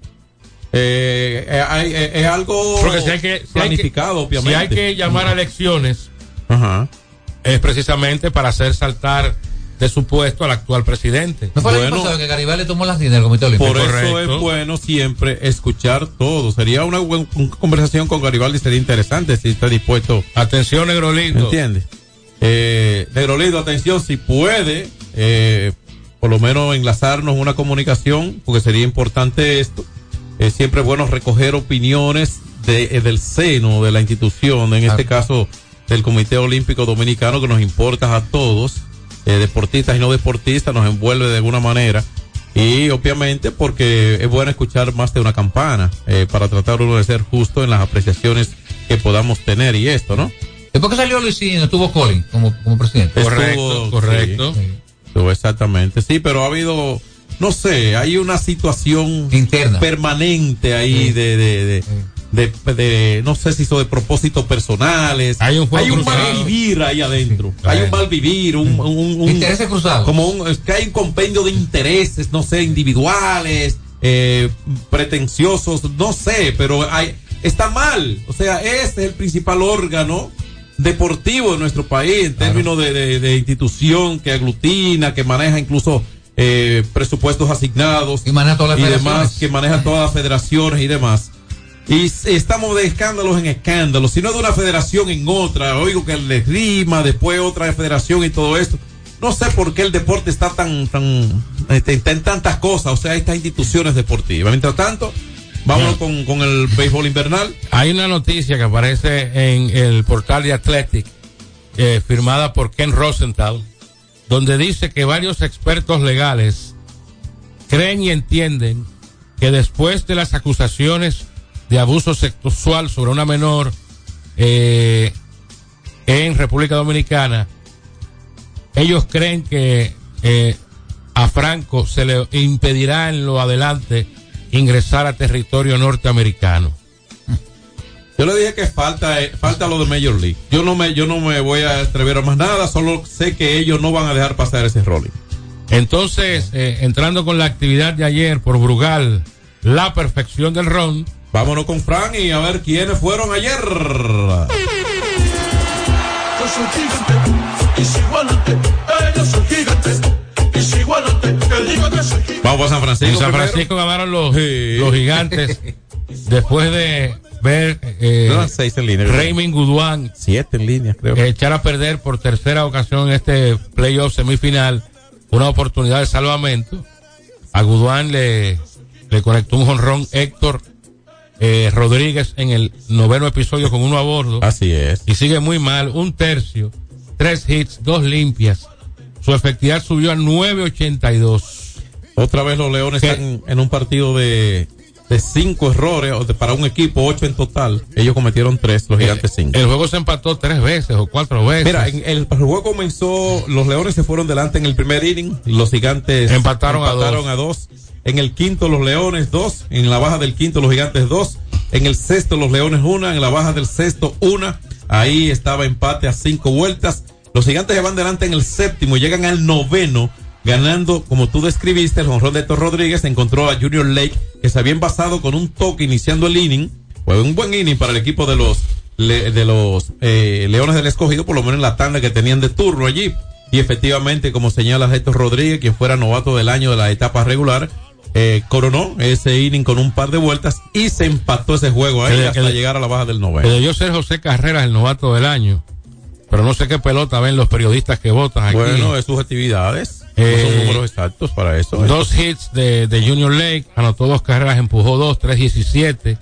Es algo porque si hay que, planificado, obviamente. Si hay que llamar a elecciones, ajá, es precisamente para hacer saltar de su puesto al actual presidente. ¿No fue el año pasado que Garibay le tomó las riendas del Comité Olímpico? Por eso Correcto. es bueno siempre escuchar todo. Sería una conversación con Garibaldi, sería interesante si está dispuesto. Atención, Negrolito. ¿Entiendes? Negrolito, atención, si puede, por lo menos enlazarnos una comunicación, porque sería importante esto. Siempre es bueno recoger opiniones del seno de la institución, en este caso del Comité Olímpico Dominicano, que nos importa a todos, deportistas y no deportistas, nos envuelve de alguna manera. Y obviamente porque es bueno escuchar más de una campana, para tratar uno de ser justo en las apreciaciones que podamos tener y esto, ¿no? Después que salió Luisín, estuvo Colin como presidente. Correcto. Sí, exactamente, sí, pero ha habido, no sé, hay una situación interna permanente ahí de no sé si son de propósitos personales. Hay un mal vivir ahí adentro. Sí, hay un mal vivir, un intereses cruzados. Es que hay un compendio de intereses, no sé, individuales, pretenciosos, no sé, pero está mal. O sea, este es el principal órgano deportivo de nuestro país en términos de institución que aglutina, que maneja incluso presupuestos asignados y maneja todas las demás, que maneja todas las federaciones y demás. Y estamos de escándalos en escándalos, si no de una federación en otra, oigo que el de Rima, después otra federación y todo esto. No sé por qué el deporte está en tantas cosas, o sea, estas instituciones deportivas. Mientras tanto, vámonos con el béisbol invernal. Hay una noticia que aparece en el portal de Athletic, firmada por Ken Rosenthal, donde dice que varios expertos legales creen y entienden que después de las acusaciones de abuso sexual sobre una menor en República Dominicana, ellos creen que a Franco se le impedirá en lo adelante ingresar a territorio norteamericano. Yo le dije que falta lo de Major League. Yo no me voy a atrever a más nada, solo sé que ellos no van a dejar pasar ese rolling. Entonces, entrando con la actividad de ayer por Brugal, la perfección del ron. Vámonos con Fran y a ver quiénes fueron ayer. Vamos a San Francisco. En San Francisco ganaron los gigantes después de ver 6 en línea, Raymond Goodwin 7 en línea, creo. Echar a perder por tercera ocasión en este playoff semifinal una oportunidad de salvamento. A Goodwin le conectó un jonrón Héctor Rodríguez en el 9º episodio con 1 a bordo. Así es. Y sigue muy mal, 1/3, 3 hits, 2 limpias. Su efectividad subió a 9.82. Otra vez los Leones están en un partido de 5 errores para un equipo, 8 en total. Ellos cometieron 3, los Gigantes 5. El juego se empató 3 veces o 4 veces. Mira, el juego comenzó, los Leones se fueron delante en el primer inning, los Gigantes empataron a 2. En el quinto los Leones 2, en la baja del quinto los Gigantes 2, en el sexto los Leones 1, en la baja del sexto 1. Ahí estaba empate a 5 vueltas. Los Gigantes se van delante en el séptimo y llegan al 9º, ganando, como tú describiste, el jonrón de Héctor Rodríguez. Encontró a Junior Lake, que se había envasado con un toque iniciando el inning. Fue un buen inning para el equipo de los Leones del Escogido, por lo menos en la tanda que tenían de turno allí. Y efectivamente, como señala Héctor Rodríguez, quien fuera novato del año de la etapa regular, coronó ese inning con un par de vueltas y se empató ese juego ahí hasta llegar a la baja del 9. Debió ser José Carreras el novato del año, pero no sé qué pelota ven los periodistas que votan aquí. Bueno, es subjetividades, no son números exactos para eso. 2 hits de Junior Lake, anotó 2 carreras, empujó 2, 3.17,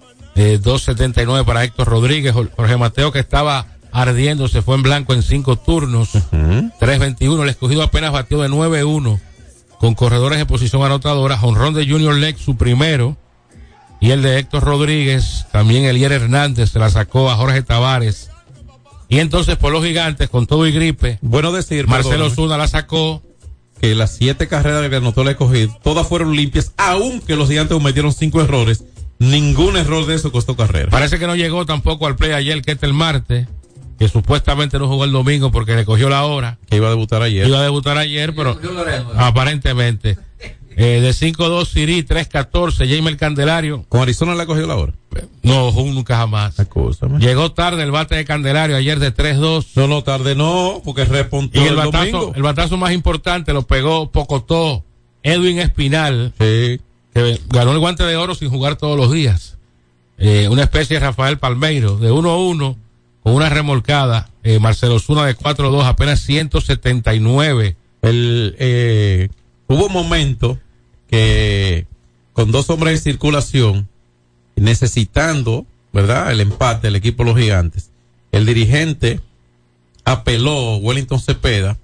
2.79 para Héctor Rodríguez. Jorge Mateo, que estaba ardiendo, se fue en blanco en 5 turnos, 3.21. El Escogido apenas batió de 9-1 con corredores en posición anotadora. Jonrón de Junior Lake, su primero, y el de Héctor Rodríguez. También Elier Hernández se la sacó a Jorge Tavares. Y entonces por los Gigantes, con todo y gripe, bueno decir, Marcelo Zuna la sacó. Que las 7 carreras que anotó el Escogido, todas fueron limpias, aunque los Gigantes cometieron 5 errores. Ningún error de eso costó carrera. Parece que no llegó tampoco al play ayer, que es el martes. que supuestamente no jugó el domingo porque le cogió la hora. Que iba a debutar ayer. Pero aparentemente. De 5-2 Siri, 3-14 Jamer Candelario. ¿Con Arizona le cogió la hora? No, nunca jamás. Llegó tarde el bate de Candelario ayer de 3-2. No, tarde no, porque respondió y el batazo más importante lo pegó Pocotó, Edwin Espinal, sí, que ganó el guante de oro sin jugar todos los días. Una especie de Rafael Palmeiro, de 1-1, con una remolcada. Marcelo Zuna de 4-2, apenas 179. Hubo un momento que con 2 hombres en circulación, necesitando, ¿verdad?, el empate del equipo de los Gigantes, el dirigente apeló, Wellington Cepeda,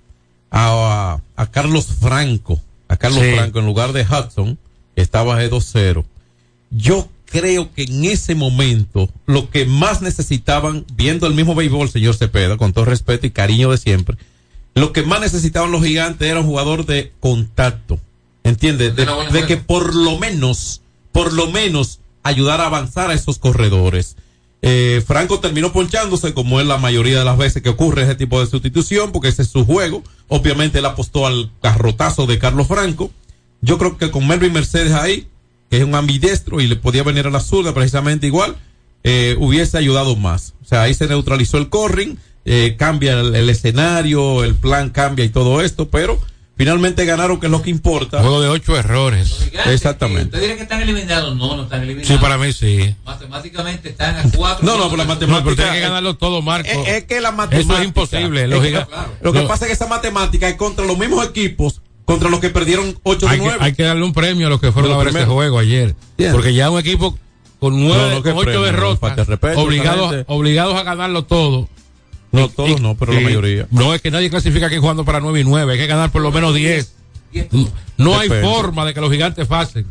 a Carlos Franco, en lugar de Hudson, que estaba de 2-0. Yo creo que en ese momento lo que más necesitaban, viendo el mismo béisbol, señor Cepeda, con todo respeto y cariño de siempre, lo que más necesitaban los Gigantes era un jugador de contacto, ¿entiendes? De que por lo menos ayudar a avanzar a esos corredores. Franco terminó ponchándose, como es la mayoría de las veces que ocurre ese tipo de sustitución, porque ese es su juego. Obviamente él apostó al garrotazo de Carlos Franco. Yo creo que con Melvin Mercedes ahí, que es un ambidestro y le podía venir a la zurda precisamente igual, hubiese ayudado más. O sea, ahí se neutralizó el corring, cambia el escenario, el plan cambia y todo esto, pero finalmente ganaron, que es lo que importa. Juego de 8 errores. Exactamente. ¿Usted dice que están eliminados? No están eliminados. Sí, para mí sí. Matemáticamente están a 4. No, pero la matemática. No, pero tiene que ganarlo todo, Marco. Es que la matemática. Eso es imposible. Lo que pasa es que esa matemática es contra los mismos equipos, contra los que perdieron 8-9. Hay que darle un premio a los que fueron a ver ese juego ayer. Bien. Porque ya un equipo con 8 derrotas, obligados a ganarlo todo. No, todos no, pero la mayoría. No, es que nadie clasifica aquí jugando para 9 y 9. Hay que ganar por lo menos 10. No hay forma de que los Gigantes pasen.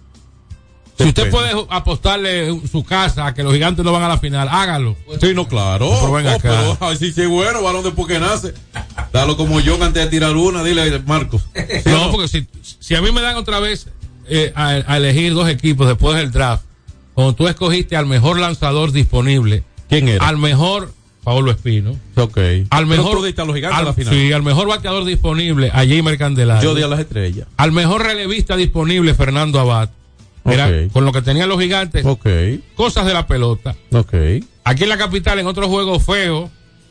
Si usted puede apostarle su casa a que los Gigantes no van a la final, hágalo. Sí, no, claro. Pero venga acá. Pero si es bueno, balón después que nace. Dalo como yo antes de tirar una, dile, Marcos. ¿Sí no, porque si a mí me dan otra vez a elegir 2 equipos después del draft, cuando tú escogiste al mejor lanzador disponible. ¿Quién era? Al mejor Paolo Espino. Ok. Al mejor, a los Gigantes a la final. Sí, al mejor bateador disponible, a Jamer Candelario. Yo di a las Estrellas. Al mejor relevista disponible, Fernando Abad. Mira, con lo que tenían los Gigantes. Cosas de la pelota. Aquí en la capital, en otro juego feo,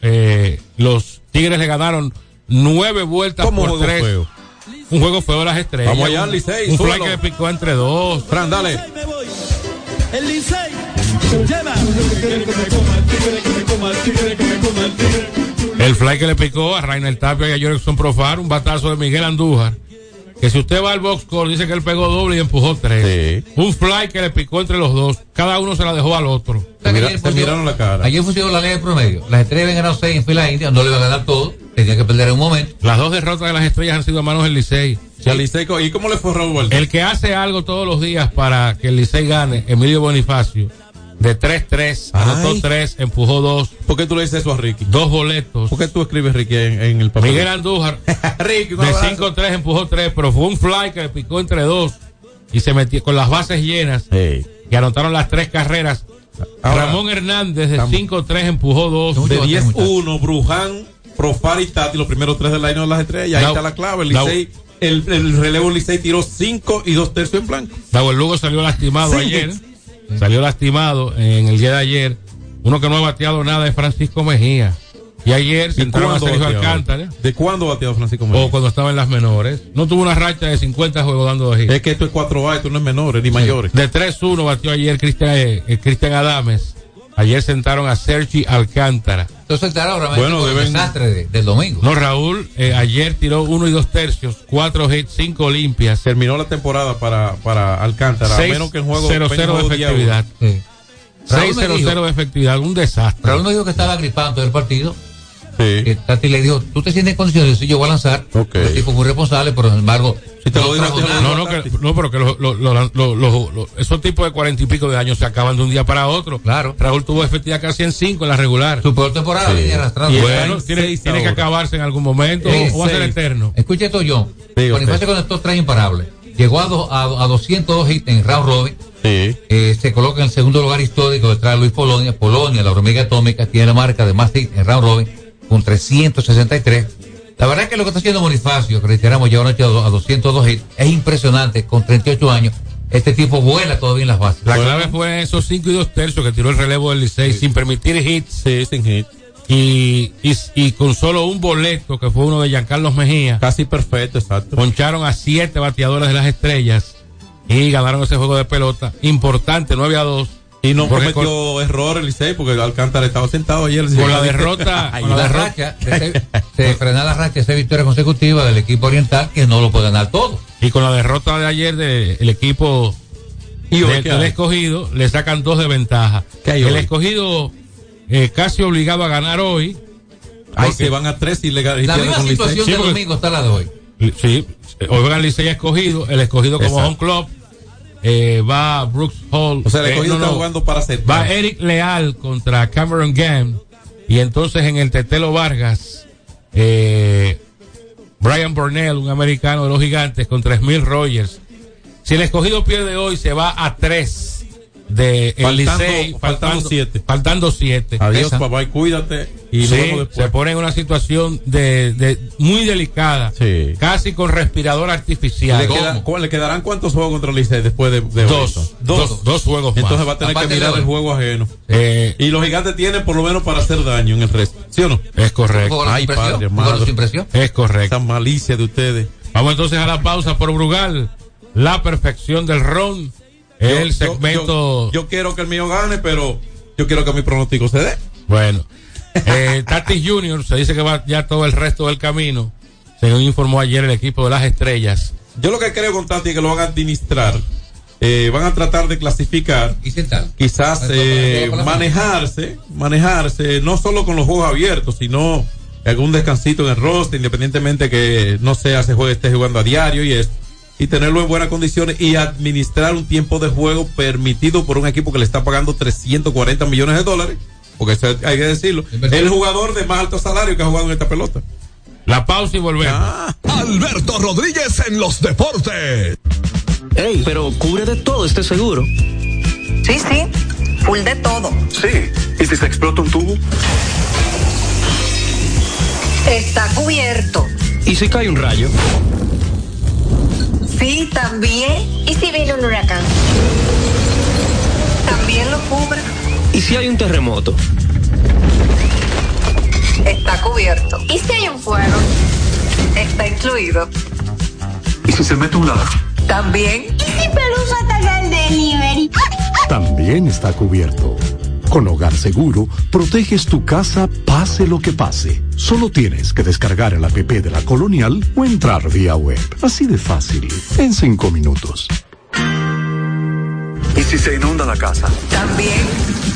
los Tigres le ganaron 9 vueltas por 3. Feo? Un juego feo de las Estrellas. Vamos allá, Licey. Un fly que le picó entre 2. Fran, dale. El Licey lleva. El fly que le picó a Rainer Tapia y a Jorgensen Profar, un batazo de Miguel Andújar, que si usted va al box score dice que él pegó doble y empujó 3. Sí. Un fly que le picó entre los dos, cada uno se la dejó al otro. Se miraron la cara. Ayer funcionó la ley de promedio. Las Estrellas habían ganado 6 en fila india, no le iban a ganar todo, tenía que perder en un momento. Las 2 derrotas de las Estrellas han sido a manos del Licey. Sí. ¿Y cómo le fue Raúl Valdés? El que hace algo todos los días para que el Licey gane, Emilio Bonifacio, de 3-3, anotó 3, empujó 2. ¿Por qué tú le dices eso a Ricky? 2 boletos. ¿Por qué tú escribes Ricky en el papel? Miguel Andújar, Ricky, de 5-3, empujó 3, pero fue un fly que le picó entre 2 y se metió con las bases llenas. Sí. Y anotaron las 3 carreras. Ahora, Ramón Hernández, de 5-3, empujó 2. De 10-1, Bruján, Profar y Tati, los primeros 3 del line de las Estrellas. Ahí está la clave. El Licey, el relevo Licey tiró 5 y 2 tercios en blanco. Dauer Lugo salió lastimado ayer. Salió lastimado en el día de ayer. Uno que no ha bateado nada es Francisco Mejía. Y ayer sentaron a Sergio Alcántara. ¿De cuándo ha bateado Francisco Mejía? O cuando estaba en las menores. No tuvo una racha de 50 juegos dando 2 hits. Es que esto es 4A, esto no es menores ni mayores. De 3-1 batió ayer Cristian Adames. Ayer sentaron a Sergi Alcántara. Entonces sentaron realmente el desastre del domingo. No, Raúl, ayer tiró 1 y 2 tercios, 4 hits, 5 limpias. Terminó la temporada para Alcántara, 6, a menos que el juego 0-0 de efectividad. 6-0-0 de efectividad, un desastre. Raúl me dijo que estaba gripado todo el partido. Sí. Que Tati le dijo, ¿tú te sientes en condiciones? Sí, yo voy a lanzar. El tipo muy responsable, pero sin embargo... Si te lo digo, pero que esos tipos de 40 y pico de años se acaban de un día para otro. Claro. Raúl tuvo efectividad casi en 5 en la regular. Su peor temporada viene arrastrando. Y bueno, tiene que acabarse en algún momento o va a ser eterno. Escuche esto, John. Bonifacio conectó 3 imparables. Llegó a 202 hits en round robin. Se coloca en el segundo lugar histórico detrás de Luis Polonia. Polonia, la hormiga atómica, tiene la marca de más hits en round robin con 363. La verdad es que lo que está haciendo Bonifacio, que reiteramos, lleva anoche a 202 hits, es impresionante. Con 38 años, este tipo vuela todavía en las bases. La clave fue esos 5 2/3 que tiró el relevo del Licey sin permitir hits. Sí, sin hits. Y con solo un boleto, que fue uno de Giancarlos Mejía. Casi perfecto, exacto. Poncharon a 7 bateadores de las Estrellas y ganaron ese juego de pelota. Importante, 9-2. Y no cometió error el Licey porque Alcántara estaba sentado ayer. Con la derrota. Se frena la racha, esa victoria consecutiva del equipo oriental que no lo puede ganar todo. Y con la derrota de ayer del equipo del Escogido, le sacan 2 de ventaja. El Escogido casi obligado a ganar hoy. Ahí se van a 3 y le ganan. La misma situación del domingo está la de hoy. Sí, hoy van al Licey Escogido, el Escogido como home club. Va Brooks Hall. O sea, el Escogido está jugando para hacer. Va Eric Leal contra Cameron Gam. Y entonces en el Tetelo Vargas, Brian Burnell, un americano de los Gigantes, contra Smith Rogers. Si el Escogido pierde hoy, se va a 3 de el Licey, faltando 7. Adiós, papá, y cuídate. Y luego se pone en una situación de muy delicada, casi con respirador artificial. ¿Le quedarán cuántos juegos contra el Licey después de dos juegos más? Entonces va a tener que mirar el juego ajeno. Y los Gigantes tienen por lo menos para hacer daño en el resto, ¿sí o no? Es correcto. Ay, padre, madre. Es correcto. Esa malicia de ustedes. Vamos entonces a la pausa por Brugal, la perfección del ron. El segmento. Yo quiero que el mío gane, pero yo quiero que mi pronóstico se dé. Bueno, Tatis Jr. se dice que va ya todo el resto del camino, según informó ayer el equipo de las Estrellas. Yo lo que creo con Tatis es que lo van a administrar. Van a tratar de clasificar. Y sentar. Quizás manejarse, no solo con los juegos abiertos, sino algún descansito en el roster, independientemente que no sea esté jugando a diario y tenerlo en buenas condiciones y administrar un tiempo de juego permitido por un equipo que le está pagando $340 millones, porque eso hay que decirlo, el jugador de más alto salario que ha jugado en esta pelota. La pausa y volvemos. Alberto Rodríguez en los deportes. Ey, pero cubre de todo este seguro. Sí, full de todo. Sí, ¿y si se explota un tubo? Está cubierto. ¿Y si cae un rayo? Sí, también. ¿Y si viene un huracán? También lo cubre. ¿Y si hay un terremoto? Está cubierto. ¿Y si hay un fuego? Está incluido. ¿Y si se mete un ladrón? También. ¿Y si Pelusa ataca el delivery? También está cubierto. Con Hogar Seguro, proteges tu casa pase lo que pase. Solo tienes que descargar el app de la Colonial o entrar vía web. Así de fácil, en 5 minutos. ¿Y si se inunda la casa? También.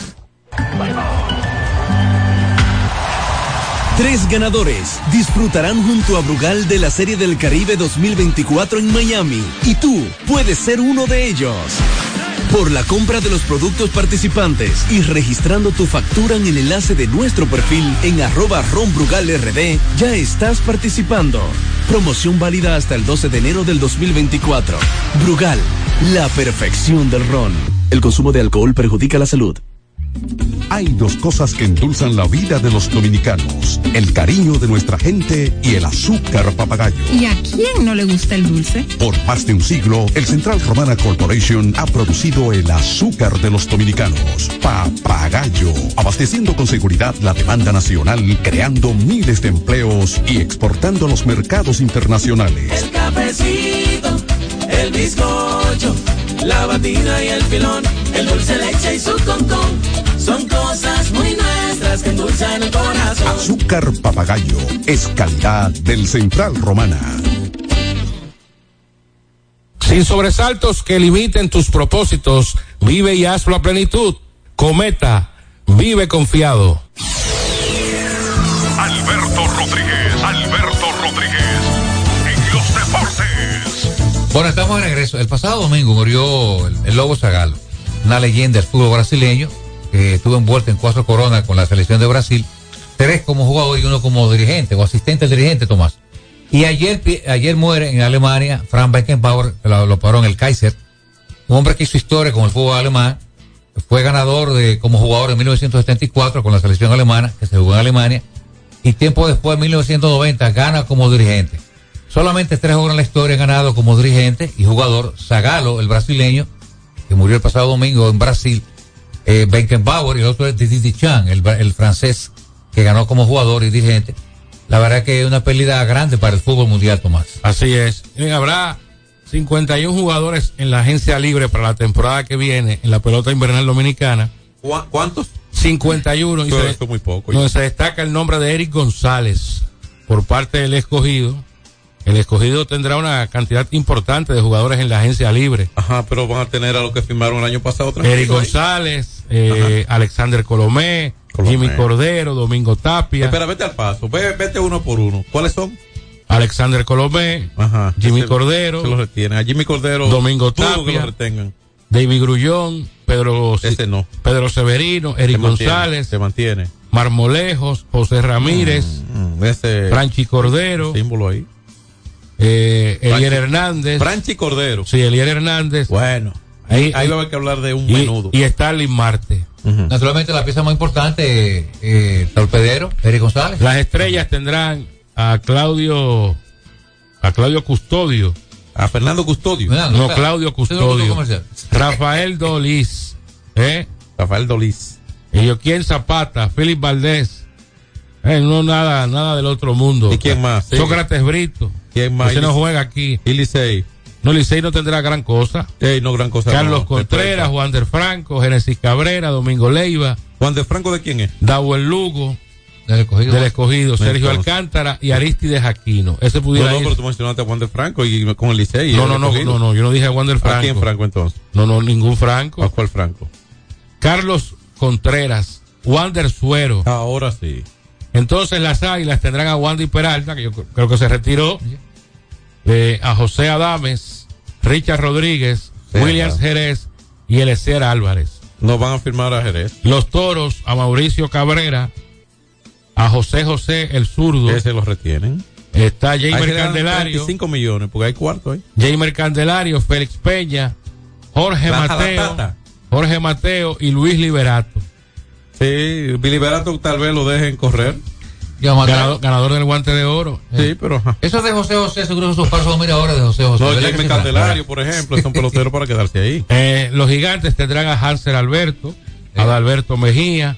3 ganadores disfrutarán junto a Brugal de la Serie del Caribe 2024 en Miami. Y tú puedes ser uno de ellos. Por la compra de los productos participantes y registrando tu factura en el enlace de nuestro perfil en @ronbrugalrd, ya estás participando. Promoción válida hasta el 12 de enero del 2024. Brugal, la perfección del ron. El consumo de alcohol perjudica la salud. Hay 2 cosas que endulzan la vida de los dominicanos: el cariño de nuestra gente y el azúcar papagayo. ¿Y a quién no le gusta el dulce? Por más de un siglo, el Central Romana Corporation ha producido el azúcar de los dominicanos, Papagayo, abasteciendo con seguridad la demanda nacional, creando miles de empleos y exportando a los mercados internacionales. El cafecito, el bizcocho, la batida y el filón, el dulce leche y su concón, son cosas muy nuestras que endulzan el corazón. Azúcar Papagayo es calidad del Central Romana. Sin sobresaltos que limiten tus propósitos, vive y hazlo a plenitud. Cometa, vive confiado. Alberto Rodríguez, en los deportes. Bueno, estamos de regreso. El pasado domingo murió el Lobo Zagallo, una leyenda del fútbol brasileño que estuvo envuelto en 4 coronas con la selección de Brasil, 3 como jugador y 1 como dirigente o asistente al dirigente, Tomás. Y ayer muere en Alemania Frank Beckenbauer, que lo paró en el Kaiser, un hombre que hizo historia con el fútbol alemán, fue ganador como jugador en 1974 con la selección alemana, que se jugó en Alemania, y tiempo después, en 1990, gana como dirigente. Solamente 3 jugadores en la historia han ganado como dirigente y jugador: Zagallo, el brasileño, que murió el pasado domingo en Brasil, Beckenbauer, y el otro es Didier Deschamps, el francés, que ganó como jugador y dirigente. La verdad que es una pérdida grande para el fútbol mundial, Tomás. Así es. Miren, habrá 51 jugadores en la agencia libre para la temporada que viene en la pelota invernal dominicana. ¿Cuántos? 51. Pero esto es muy poco. Donde se destaca el nombre de Eric González por parte del Escogido. El Escogido tendrá una cantidad importante de jugadores en la agencia libre. Ajá, pero van a tener a los que firmaron el año pasado. Eric González, Alexander Colomé, Jimmy Cordero, Domingo Tapia. Espera, vete al paso. Vete uno por uno. ¿Cuáles son? Alexander Colomé, Jimmy Cordero. Se los retienen. A Jimmy Cordero. Domingo Tapia. Que lo retengan. David Grullón, Pedro Severino, Eric González. Se mantiene. Marmolejos, José Ramírez, Franchi Cordero. Símbolo ahí. Elier Hernández. Franchi Cordero. Sí, Elier Hernández. Bueno. Ahí va a haber que hablar de un menudo. Y Starling Marte. Naturalmente la pieza más importante, torpedero, Eric González. Las estrellas tendrán a Claudio Custodio. A Fernando Custodio. No, Claudio Custodio. Rafael Doliz. Rafael Doliz. Joaquín Zapata, Félix Valdés. No, nada del otro mundo. ¿Y quién más? Sócrates Brito. ¿Quién más? Ese no juega aquí. Y Licey. No, Licey no tendrá gran cosa. No, gran cosa. Carlos Contreras, Juan del Franco, Génesis Cabrera, Domingo Leiva. ¿Juan del Franco de quién es? Dauer Lugo. Del Escogido. Sergio Alcántara y Aristides Aquino. Ese pudiera ir. Pero tú mencionaste a Juan del Franco y con el Licey. No, yo no dije a Juan del Franco. ¿A quién Franco entonces? No, ningún Franco. ¿A cuál Franco? Carlos Contreras, Wander Suero. Ahora sí. Entonces las Águilas tendrán a Wandy Peralta, que yo creo que se retiró, a José Adames, Richard Rodríguez, Williams Jerez y Eliezer Álvarez. No van a firmar a Jerez. Los Toros, a Mauricio Cabrera, a José el zurdo. Ese los retienen. Está Jamer Candelario. 35 millones, porque hay cuarto ahí. Jamer Candelario, Félix Peña, Jorge Mateo y Luis Liberato. Sí, Liberato tal vez lo dejen correr. Ganador del Guante de Oro. Sí, pero eso de José seguro esos pasos mira ahora de José. No, Jaime Candelario, por ejemplo, es un pelotero para quedarse ahí. Los Gigantes tendrán a Hansel Alberto, a Adalberto Mejía,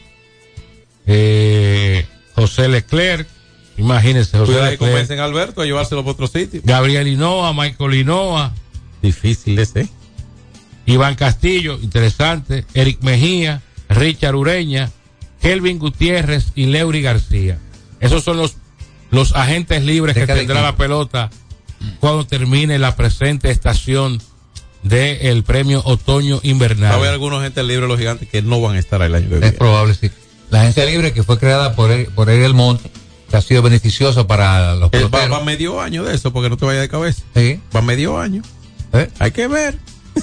José Leclerc, imagínense, José Leclerc. Convencen a Alberto a llevárselo para otro sitio. Gabriel Hinoa, Michael Hinoa. Difícil ese. Iván Castillo, interesante. Eric Mejía, Richard Ureña, Kelvin Gutiérrez y Leury García. Esos son los agentes libres que tendrá la pelota cuando termine la presente estación del premio otoño invernal. Va a haber algunos agentes libres los Gigantes que no van a estar el año que viene. Es probable, sí. La agencia libre que fue creada por Ariel Monte, que ha sido beneficiosa para los peloteros. Va medio año de eso, porque no te vayas de cabeza. Sí. Va medio año. Hay que ver.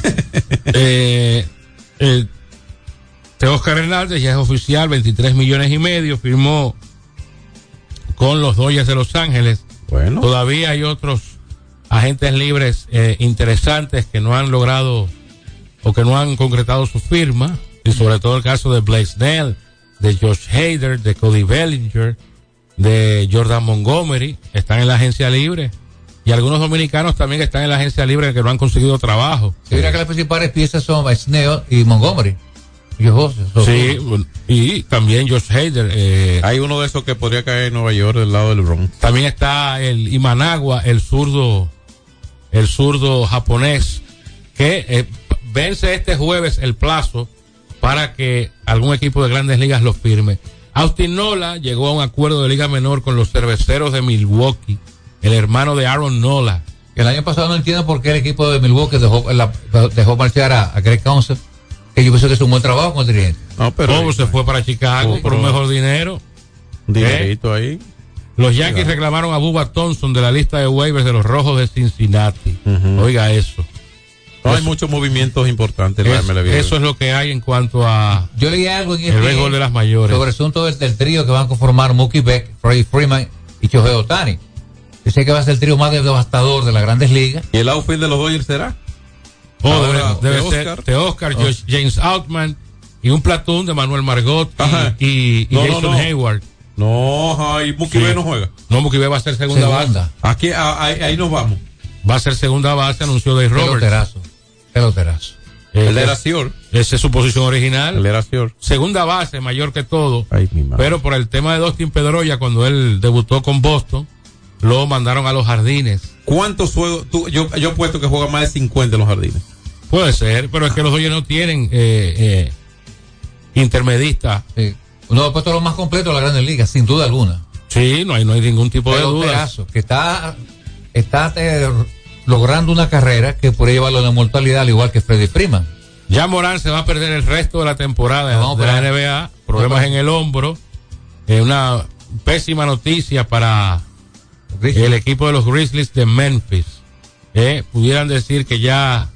Oscar Hernández ya es oficial, 23 millones y medio, firmó con los Dodgers de Los Ángeles. Bueno. Todavía hay otros agentes libres interesantes que no han logrado o que no han concretado su firma, y sobre todo el caso de Blake Snell, de Josh Hader, de Cody Bellinger, de Jordan Montgomery, están en la agencia libre. Y algunos dominicanos también están en la agencia libre que no han conseguido trabajo. Sí, mira que las principales piezas son Snell y Montgomery. Sí, y también Josh Hader. Hay uno de esos que podría caer en Nueva York del lado del Bronx. También está el Imanagua, el zurdo japonés, que vence este jueves el plazo para que algún equipo de Grandes Ligas lo firme. Austin Nola llegó a un acuerdo de Liga Menor con los Cerveceros de Milwaukee, el hermano de Aaron Nola. El año pasado no entiendo por qué el equipo de Milwaukee dejó marchar a Greg Counsell, que yo pienso que es un buen trabajo con el dirigente. No, pero se fue para Chicago por un mejor dinero. Un dinerito ahí. Los Yankees reclamaron a Bubba Thompson de la lista de waivers de los Rojos de Cincinnati. Oiga eso. No hay muchos movimientos importantes. Eso es lo que hay en cuanto a yo leí algo en el béisbol de las mayores. Sobre el asunto del trío que van a conformar Mookie Beck, Freddie Freeman y Shohei Ohtani. Dice que va a ser el trío más devastador de las Grandes Ligas. ¿Y el outfield de los Dodgers será? Debe ser de Oscar, James Outman y un platoon de Manuel Margot y Jason Hayward. No, y Mookie Betts no juega. No, Mookie Betts va a ser segunda base. Aquí, ahí nos vamos. Va a ser segunda base, anunció Dave Roberts. Peloterazo. El de Racior. Esa es su posición original. El de Racior. Segunda base, mayor que todo. Ay, mi madre. Pero por el tema de Dustin Pedroia, cuando él debutó con Boston, lo mandaron a los Jardines. ¿Cuántos juegos? Yo he puesto que juega más de 50 en los Jardines. Puede ser, pero es que los Dodgers no tienen intermedistas. Sí. Uno ha puesto lo más completo de la Grandes Ligas, sin duda alguna. Sí, no hay ningún tipo de duda. Que está logrando una carrera que podría llevarlo a la mortalidad, al igual que Freddie Freeman. Ya Morán se va a perder el resto de la temporada de la NBA, problemas en el hombro, una pésima noticia para el equipo de los Grizzlies de Memphis. Pudieran decir que ya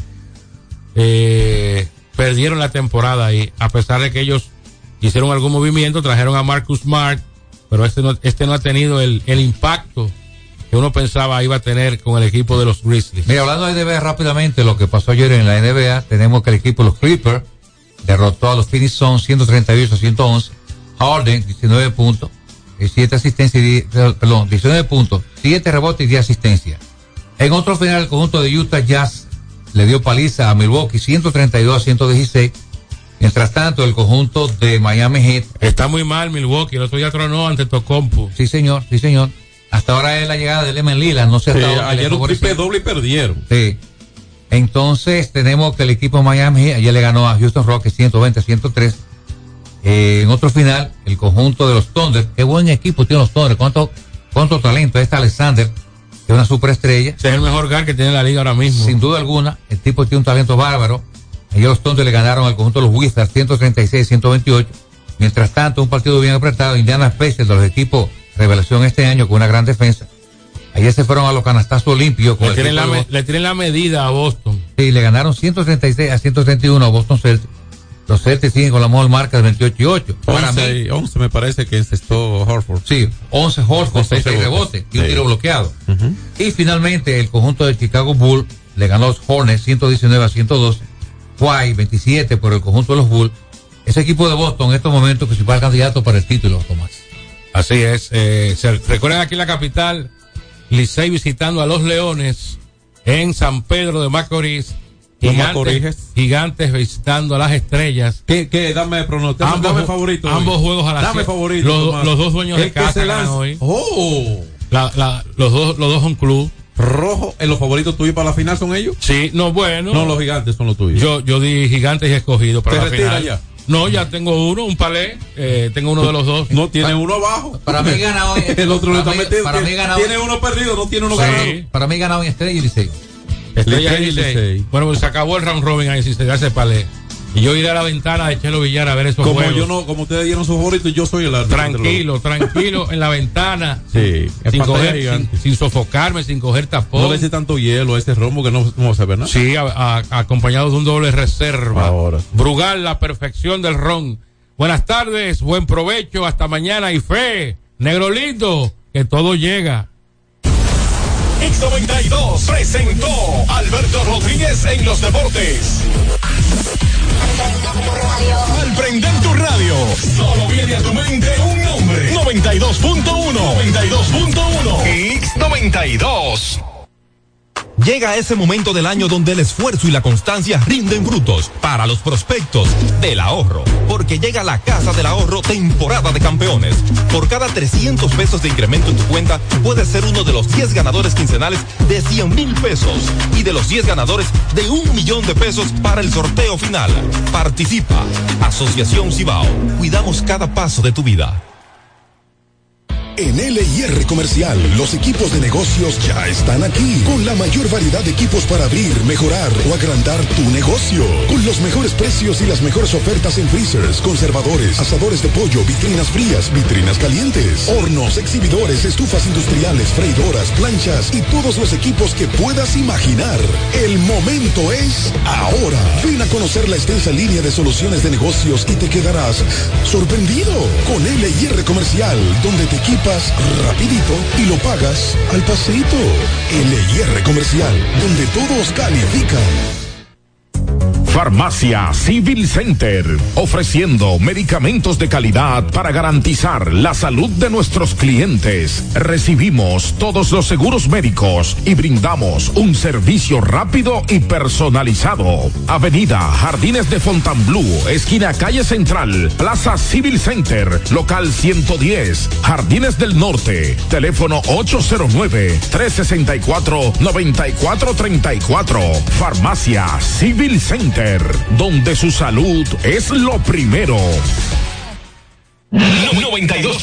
perdieron la temporada ahí, a pesar de que ellos hicieron algún movimiento, trajeron a Marcus Smart, pero este no ha tenido el impacto que uno pensaba iba a tener con el equipo de los Grizzlies. Mira, hablando de NBA rápidamente, lo que pasó ayer en la NBA, tenemos que el equipo de los Clippers derrotó a los Phoenix Suns 138-111. Harden, 19 puntos, 19 puntos, 7 rebotes y 10 asistencias. En otro final, el conjunto de Utah Jazz le dio paliza a Milwaukee 132-116. Mientras tanto, el conjunto de Miami Heat está muy mal. Milwaukee, el otro día tronó ante Tocompu. Sí, señor. Hasta ahora es la llegada de Lemon Lillard, no sé hasta dónde. Ayer un triple doble y perdieron. Sí. Entonces tenemos que el equipo de Miami ayer le ganó a Houston Rockets 120-103. En otro final, el conjunto de los Thunder, qué buen equipo tienen los Thunder, cuánto talento. Este Alexander, que es una superestrella. Ese es el mejor guard que tiene la liga ahora mismo. Sin duda alguna, el tipo tiene un talento bárbaro. Ayer los Thunder le ganaron al conjunto de los Wizards 136-128. Mientras tanto, un partido bien apretado, Indiana Pacers, de los equipos revelación este año con una gran defensa. Ayer se fueron a los canastazos limpios. Le tienen la medida a Boston. Sí, le ganaron 136-131 a Boston Celtics. Los Celtics siguen con la mejor marca de 28-8. 11 me parece que encestó Horford. Sí, 11 Horford, 6 rebotes y un tiro bloqueado. Y finalmente el conjunto de Chicago Bulls le ganó a los Hornets 119-112. Kawhi 27 por el conjunto de los Bulls. Ese equipo de Boston en estos momentos principal candidato para el título, Tomás. Así es. Recuerden aquí en la capital, Licey visitando a los Leones en San Pedro de Macorís. Gigantes visitando a las Estrellas. ¿Qué? Dame pronóstico. Dame favorito. Ambos juegos a las Dame favorito. Los dos dueños de casa ganan hoy. Los dos son club. Rojo, ¿en los favoritos tuyos para la final son ellos? Sí, no, bueno. No, los Gigantes son los tuyos. Yo di Gigantes y Escogido para la final. Ya? No, ya tengo uno, un palé. Tengo uno de los dos. No, tiene uno abajo. Para mí gana hoy. El otro no está metido. Para mí gana hoy. Tiene uno perdido, no tiene uno ganado. Para mí gana hoy Estrella y Licey. Estrella y Licey. Bueno, pues se acabó el round robin ahí si se hace palé. Y yo iré a la ventana de Chelo Villar a ver esos juegos. Como ustedes dieron sus favoritos, yo soy el árbitro. Tranquilo en la ventana. Sí, sin sofocarme, sin coger tapón. No le eche tanto hielo a ese rombo que no se ve nada. Sí, acompañado de un doble reserva. Ahora. Brugal, la perfección del ron. Buenas tardes, buen provecho, hasta mañana y fe. Negro lindo, que todo llega. X92 presentó Alberto Rodríguez en los deportes. Al prender tu radio, solo viene a tu mente un nombre. 92.1. X92. Llega ese momento del año donde el esfuerzo y la constancia rinden frutos para los prospectos del ahorro, porque llega la Casa del Ahorro temporada de campeones. Por cada 300 pesos de incremento en tu cuenta, puedes ser uno de los 10 ganadores quincenales de 100,000 pesos y de los 10 ganadores de 1,000,000 de pesos para el sorteo final. Participa. Asociación Cibao. Cuidamos cada paso de tu vida. En LIR Comercial, los equipos de negocios ya están aquí, con la mayor variedad de equipos para abrir, mejorar o agrandar tu negocio, con los mejores precios y las mejores ofertas en freezers, conservadores, asadores de pollo, vitrinas frías, vitrinas calientes, hornos, exhibidores, estufas industriales, freidoras, planchas y todos los equipos que puedas imaginar. El momento es ahora. Ven a conocer la extensa línea de soluciones de negocios y te quedarás sorprendido con LIR Comercial, donde te equipas rapidito y lo pagas al paseíto. LIR Comercial, donde todos califican. Farmacia Civil Center, ofreciendo medicamentos de calidad para garantizar la salud de nuestros clientes. Recibimos todos los seguros médicos y brindamos un servicio rápido y personalizado. Avenida Jardines de Fontainebleau, esquina Calle Central, Plaza Civil Center, local 110, Jardines del Norte. Teléfono 809-364-9434. Farmacia Civil Center, donde su salud es lo primero. 92.5